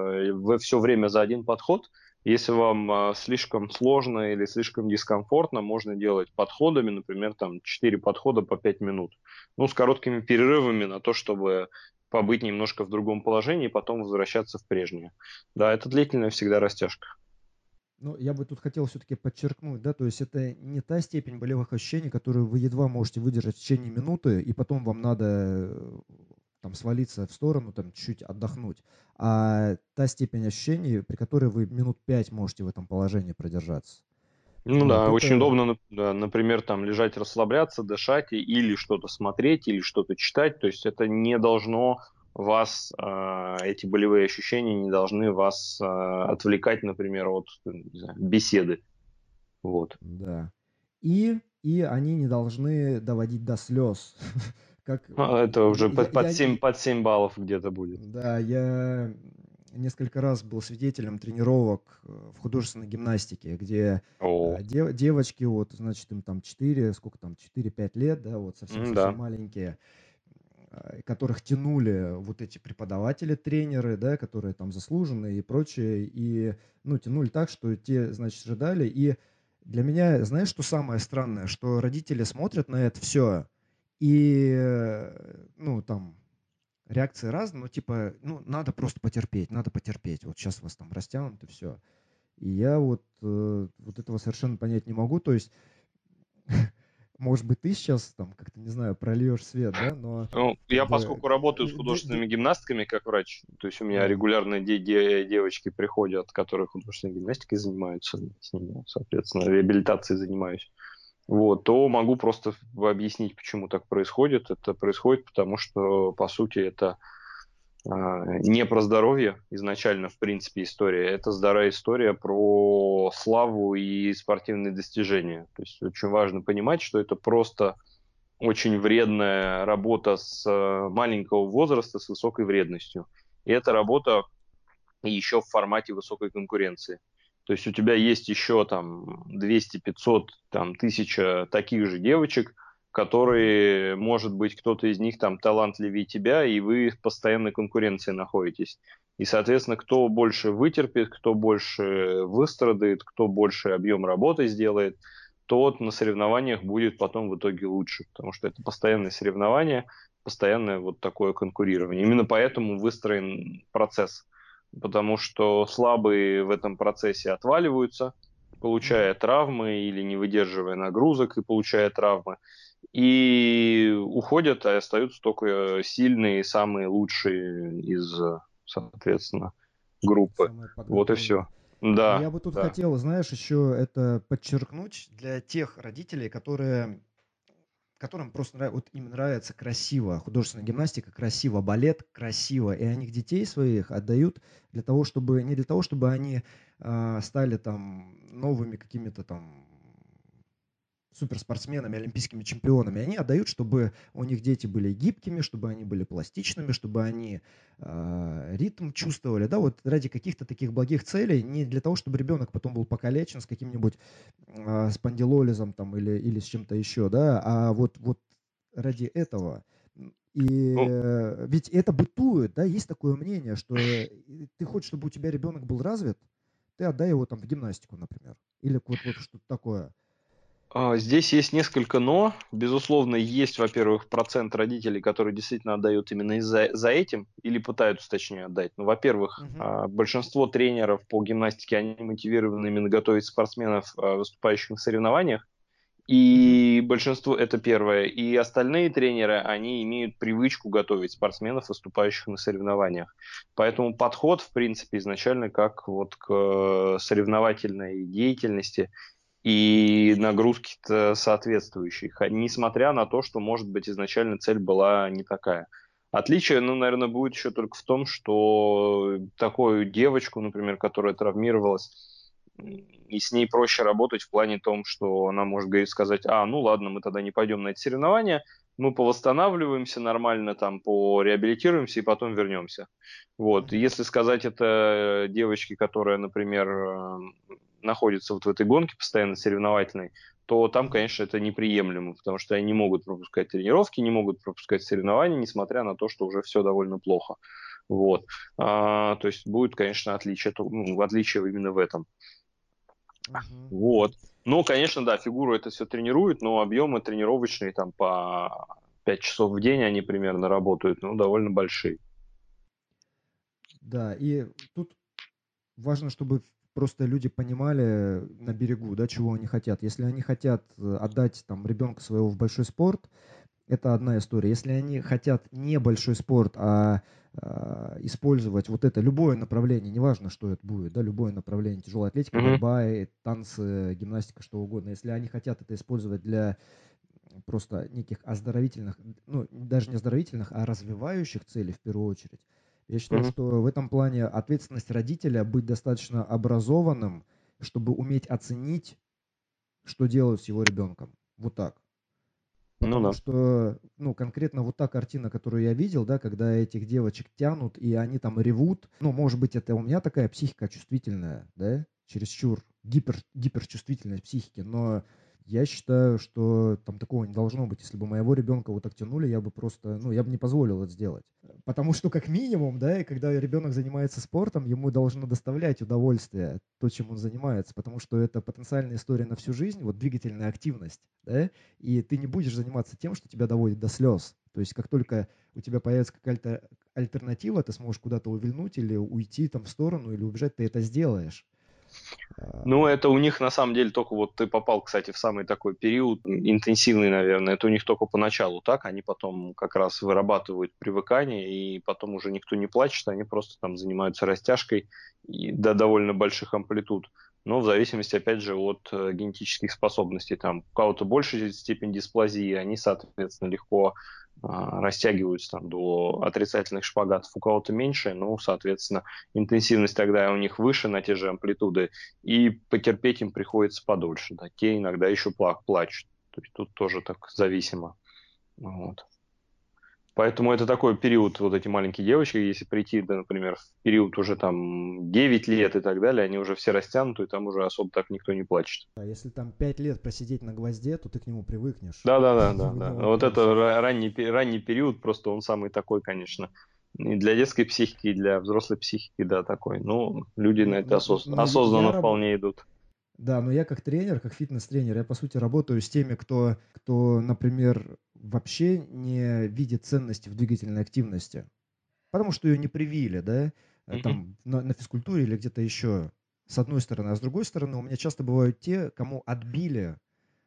э, все время за один подход. Если вам э, слишком сложно или слишком дискомфортно, можно делать подходами, например, там четыре подхода по пять минут. Ну, с короткими перерывами на то, чтобы побыть немножко в другом положении и потом возвращаться в прежнее. Да, это длительная всегда растяжка. Ну, я бы тут хотел все-таки подчеркнуть, да, то есть это не та степень болевых ощущений, которую вы едва можете выдержать в течение минуты, и потом вам надо э, там свалиться в сторону, там чуть-чуть отдохнуть, а та степень ощущений, при которой вы минут пять можете в этом положении продержаться. Ну Вот да, очень это, удобно, нап- да, например, там лежать, расслабляться, дышать и- или что-то смотреть, или что-то читать. То есть это не должно вас, э, эти болевые ощущения не должны вас э, отвлекать, например, от э, не знаю, беседы. Вот. да. И, и они не должны доводить до слез. Как А, э, это уже я, под, под я, семь я- под семь баллов где-то будет. да, я несколько раз был свидетелем тренировок э, в художественной гимнастике, где О, э, дев- девочки, вот, значит, им там четыре, сколько там, четыре-пять лет, да, вот м, совсем-совсем да. маленькие, э, которых тянули вот эти преподаватели, тренеры, да, которые там заслуженные и прочее, и, ну, тянули так, что те, значит, ждали, и для меня, знаешь, что самое странное, что родители смотрят на это все, и, э, ну, там, реакции разные, но типа, ну, надо просто потерпеть, надо потерпеть. Вот сейчас вас там растянут и все. И я вот, э, вот этого совершенно понять не могу. То есть, может быть, ты сейчас там как-то, не знаю, прольешь свет, да, но Ну, как я, бы, поскольку работаю с э, д- д- художественными гимнастками как врач, то есть у меня да. регулярно де- де- девочки приходят, которые художественной гимнастикой занимаются, с ними, соответственно, реабилитацией занимаюсь. Вот, то могу просто объяснить, почему так происходит. Это происходит потому, что, по сути, это а, не про здоровье изначально, в принципе, история. Это здоровая история про славу и спортивные достижения. То есть очень важно понимать, что это просто очень вредная работа с э, маленького возраста с высокой вредностью. И эта работа еще в формате высокой конкуренции. То есть у тебя есть еще там двести, пятьсот, там, тысяча таких же девочек, Мгм. которые, может быть, кто-то из них там талантливее тебя, и вы в постоянной конкуренции находитесь. И, соответственно, кто больше вытерпит, кто больше выстрадает, кто больше объем работы сделает, тот на соревнованиях будет потом в итоге лучше, потому что это постоянное соревнование, постоянное вот такое конкурирование. Именно поэтому выстроен процесс, потому что слабые в этом процессе отваливаются, получая Мгм. травмы или не выдерживая нагрузок и получая травмы, и уходят, а остаются только сильные, самые лучшие из, соответственно, группы. Самые Вот и подготовленные. все. Но Да, я бы тут да. хотел, знаешь, еще это подчеркнуть для тех родителей, которые которым просто нрав- вот им нравится красиво, художественная гимнастика красиво, балет красиво, и они их детей своих отдают для того, чтобы, не для того, чтобы они а, стали там новыми какими-то там суперспортсменами, олимпийскими чемпионами. Они отдают, чтобы у них дети были гибкими, чтобы они были пластичными, чтобы они э, ритм чувствовали, да, вот ради каких-то таких благих целей, не для того, чтобы ребенок потом был покалечен с каким-нибудь э, спондилолизом там или, или с чем-то еще, да, а вот, вот ради этого. И Ну, э, ведь это бытует, да, есть такое мнение, что э, ты хочешь, чтобы у тебя ребенок был развит, ты отдай его там в гимнастику, например, или вот, вот что-то такое. а, здесь есть несколько «но». Безусловно, есть, во-первых, процент родителей, которые действительно отдают именно из-за за этим, или пытаются, точнее, отдать. Ну, во-первых, Мгм. а, большинство тренеров по гимнастике, они мотивированы именно готовить спортсменов, а, выступающих на соревнованиях. Мгм. И большинство, это первое. И остальные тренеры, они имеют привычку готовить спортсменов, выступающих на соревнованиях. Поэтому подход, в принципе, изначально как вот к э, соревновательной деятельности и нагрузки-то соответствующие, ха- несмотря на то, что, может быть, изначально цель была не такая. Отличие, ну, наверное, будет еще только в том, что такую девочку, например, которая травмировалась, м, и с ней проще работать в плане том, что она может говорить, сказать, а, ну ладно, мы тогда не пойдем на эти соревнования, мы повосстанавливаемся нормально, там, пореабилитируемся и потом вернемся. Вот. Мгм. Если сказать это девочке, которая, например, э, находится вот в этой гонке постоянно соревновательной, то там, Мгм. конечно, это неприемлемо, потому что они не могут пропускать тренировки, не могут пропускать соревнования, несмотря на то, что уже все довольно плохо. Вот. А, то есть будет, конечно, отличие, то- ну, отличие именно в этом. Мгм. Вот. Ну, конечно, да, фигуру это все тренирует, но объемы тренировочные там по пять часов в день они примерно работают, ну, довольно большие. Да, и тут важно, чтобы просто люди понимали на берегу, да, чего они хотят. Если они хотят э, отдать там ребенка своего в большой спорт, это одна история. Если они хотят не большой спорт, а, а, использовать вот это любое направление, неважно, что это будет, да, любое направление, тяжелая атлетика, Мгм. борьба, и танцы, гимнастика, что угодно. Если они хотят это использовать для просто неких оздоровительных, ну, даже не оздоровительных, а развивающих целей в первую очередь. Я считаю, Мгм. что в этом плане ответственность родителя быть достаточно образованным, чтобы уметь оценить, что делают с его ребенком. Вот так. Ну Потому да. что, ну, конкретно вот та картина, которую я видел, да, когда этих девочек тянут, и они там ревут, ну, может быть, это у меня такая психика чувствительная, да, чересчур гипер, гиперчувствительность психики, но я считаю, что там такого не должно быть. Если бы моего ребенка вот так тянули, я бы просто, ну, я бы не позволил это сделать. Потому что, как минимум, да, и когда ребенок занимается спортом, ему должно доставлять удовольствие то, чем он занимается, потому что это потенциальная история на всю жизнь, вот двигательная активность, да, и ты не будешь заниматься тем, что тебя доводит до слез. То есть как только у тебя появится какая-то альтернатива, ты сможешь куда-то увильнуть или уйти там в сторону, или убежать, ты это сделаешь. Ну, А, это у них на самом деле только вот ты попал, кстати, в самый такой период интенсивный, наверное. Это у них только поначалу так, они потом как раз вырабатывают привыкание, и потом уже никто не плачет, они просто там занимаются растяжкой и до довольно больших амплитуд. Но в зависимости, опять же, от э, генетических способностей. Там у кого-то большая степень дисплазии, они, соответственно, легко а, растягиваются там до отрицательных шпагатов. У кого-то меньше, ну, соответственно, интенсивность тогда у них выше на те же амплитуды, и потерпеть им приходится подольше. Да. Те иногда еще пла- плачут. То есть тут тоже так зависимо. Вот. Поэтому это такой период, вот эти маленькие девочки, если прийти, да, например, в период уже там девять лет и так далее, они уже все растянуты, и там уже особо так никто не плачет. а если там пять лет просидеть на гвозде, то ты к нему привыкнешь. Да, да, да, Не да, в да. одном Вот это вопросе. ра- ранний, пе- ранний период, просто он самый такой, конечно. И для детской психики, и для взрослой психики, да, такой. Ну, люди на Но, это но, осоз- но я, осознанно я раб- вполне идут. Да, но я как тренер, как фитнес-тренер, я по сути работаю с теми, кто, кто, например, вообще не видит ценности в двигательной активности, потому что ее не привили, да, э, Мгм. там на, на физкультуре или где-то еще, с одной стороны. А с другой стороны, у меня часто бывают те, кому отбили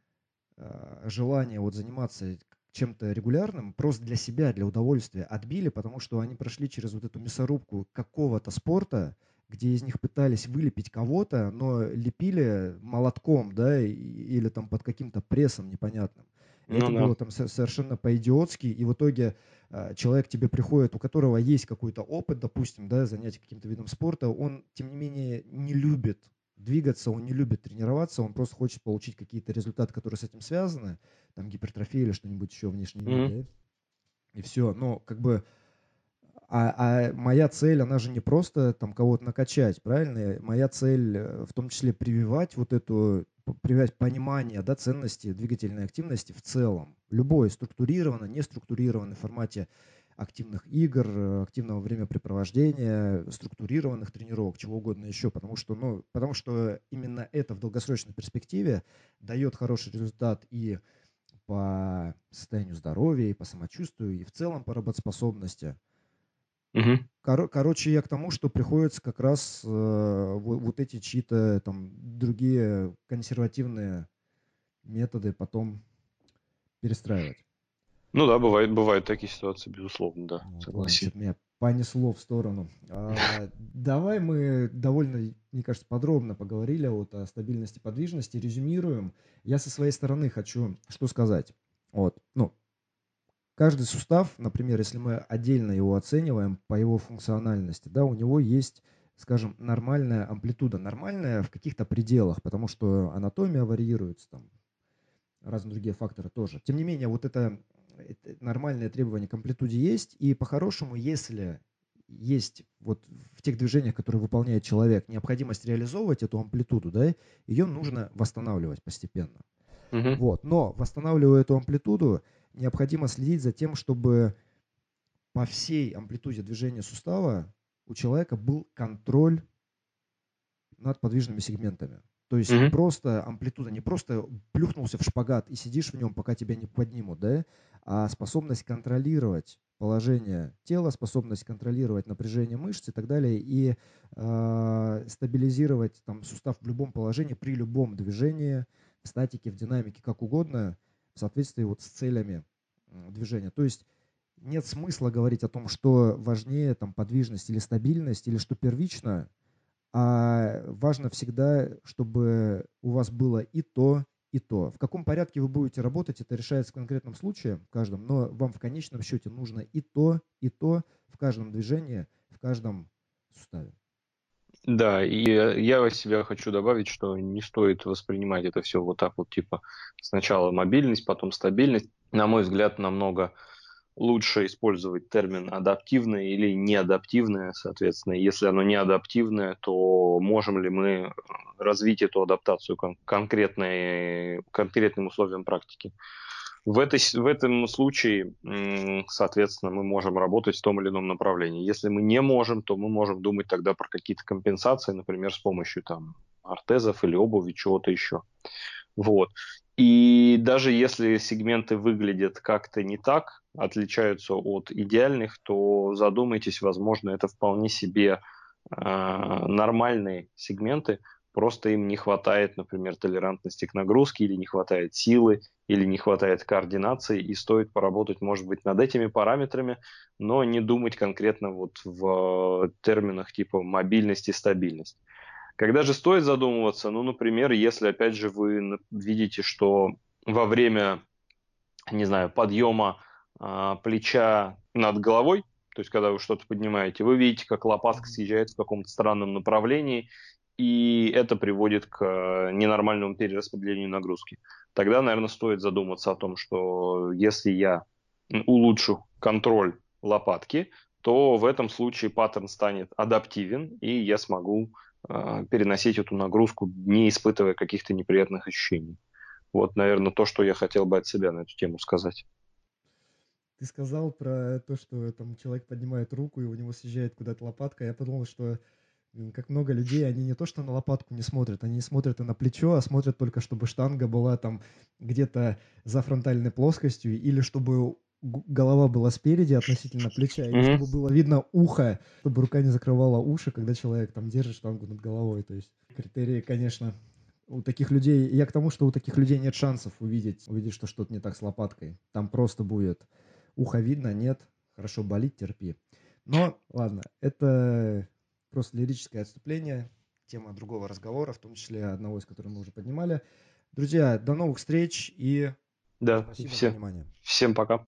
э, желание вот заниматься чем-то регулярным просто для себя, для удовольствия, отбили, потому что они прошли через вот эту мясорубку какого-то спорта, где из них пытались вылепить кого-то, но лепили молотком, да, и- или там под каким-то прессом непонятным. И это Ну да. было там со- совершенно по-идиотски, и в итоге э, человек к тебе приходит, у которого есть какой-то опыт, допустим, да, занятия каким-то видом спорта, он, тем не менее, не любит двигаться, он не любит тренироваться, он просто хочет получить какие-то результаты, которые с этим связаны, там гипертрофия или что-нибудь еще, внешний вид, Мгм. да, и все. Но как бы, а, а моя цель, она же не просто там кого-то накачать, правильно? Моя цель э, в том числе прививать вот эту, п- прививать понимание, да, ценности двигательной активности в целом. Любой структурированно, не структурированно в формате активных игр, э, активного времяпрепровождения, структурированных тренировок, чего угодно еще, потому что, ну, потому что именно это в долгосрочной перспективе дает хороший результат и по состоянию здоровья, и по самочувствию, и в целом по работоспособности. Мгм. Коро- короче, я к тому, что приходится как раз э, во- вот эти чьи-то там другие консервативные методы потом перестраивать. Ну да, бывает, бывают такие ситуации, безусловно, да, Вот, ладно, согласен. что-то меня понесло в сторону. А, давай мы довольно, мне кажется, подробно поговорили вот о стабильности подвижности, резюмируем. Я со своей стороны хочу что сказать. Вот, ну, каждый сустав, например, если мы отдельно его оцениваем по его функциональности, да, у него есть, скажем, нормальная амплитуда, нормальная в каких-то пределах, потому что анатомия варьируется, там, разные другие факторы тоже. Тем не менее, вот это, это нормальное требование к амплитуде есть, и по-хорошему, если есть вот в тех движениях, которые выполняет человек, необходимость реализовывать эту амплитуду, да, ее нужно восстанавливать постепенно. Мгм. Вот. Но восстанавливая эту амплитуду, необходимо следить за тем, чтобы по всей амплитуде движения сустава у человека был контроль над подвижными сегментами. То есть не Мгм. просто амплитуда, не просто плюхнулся в шпагат и сидишь в нем, пока тебя не поднимут, да, а способность контролировать положение тела, способность контролировать напряжение мышц и так далее, и э, стабилизировать там сустав в любом положении, при любом движении, в статике, в динамике, как угодно, в соответствии вот с целями м, движения. То есть нет смысла говорить о том, что важнее там подвижность или стабильность, или что первично, а важно всегда, чтобы у вас было и то, и то. В каком порядке вы будете работать, это решается в конкретном случае, в каждом, но вам в конечном счете нужно и то, и то в каждом движении, в каждом суставе. Да, и э, я от себя хочу добавить, что не стоит воспринимать это все вот так вот, типа сначала мобильность, потом стабильность. На мой взгляд, намного лучше использовать термин адаптивное или неадаптивное, соответственно. Если оно не адаптивное, то можем ли мы э, развить эту адаптацию кон- конкретной, конкретным условиям практики? В, этой, с- в этом случае, м, соответственно, мы можем работать в том или ином направлении. Если мы не можем, то мы можем думать тогда про какие-то компенсации, например, с помощью там ортезов или обуви, чего-то еще. Вот. И даже если сегменты выглядят как-то не так, отличаются от идеальных, то задумайтесь, возможно, это вполне себе э, нормальные сегменты, просто им не хватает, например, толерантности к нагрузке, или не хватает силы, или не хватает координации, и стоит поработать, может быть, над этими параметрами, но не думать конкретно вот в терминах типа мобильность и стабильность. Когда же стоит задумываться? Ну, например, если, опять же, вы н- видите, что во время, не знаю, подъема а, плеча над головой, то есть когда вы что-то поднимаете, вы видите, как лопатка Мгм. съезжает в каком-то странном направлении, и это приводит к э, ненормальному перераспределению нагрузки. Тогда, наверное, стоит задуматься о том, что если я м, улучшу контроль лопатки, то в этом случае паттерн станет адаптивен, и я смогу э, переносить эту нагрузку, не испытывая каких-то неприятных ощущений. Вот, наверное, то, что я хотел бы от себя на эту тему сказать. Ты сказал про то, что там человек поднимает руку, и у него съезжает куда-то лопатка. Я подумал, что Как много людей, они не то что на лопатку не смотрят, они смотрят и на плечо, а смотрят только, чтобы штанга была там где-то за фронтальной плоскостью, или чтобы г- голова была спереди относительно плеча, или Мгм. чтобы было видно ухо, чтобы рука не закрывала уши, когда человек там держит штангу над головой. То есть критерии, конечно, у таких людей, я к тому, что у таких людей нет шансов увидеть, увидеть, что что-то не так с лопаткой. Там просто будет ухо видно, нет, хорошо болит, терпи. Но, ладно, это просто лирическое отступление, тема другого разговора, в том числе одного из которых мы уже поднимали. Друзья, до новых встреч и Да, и спасибо за все. внимание. Всем пока.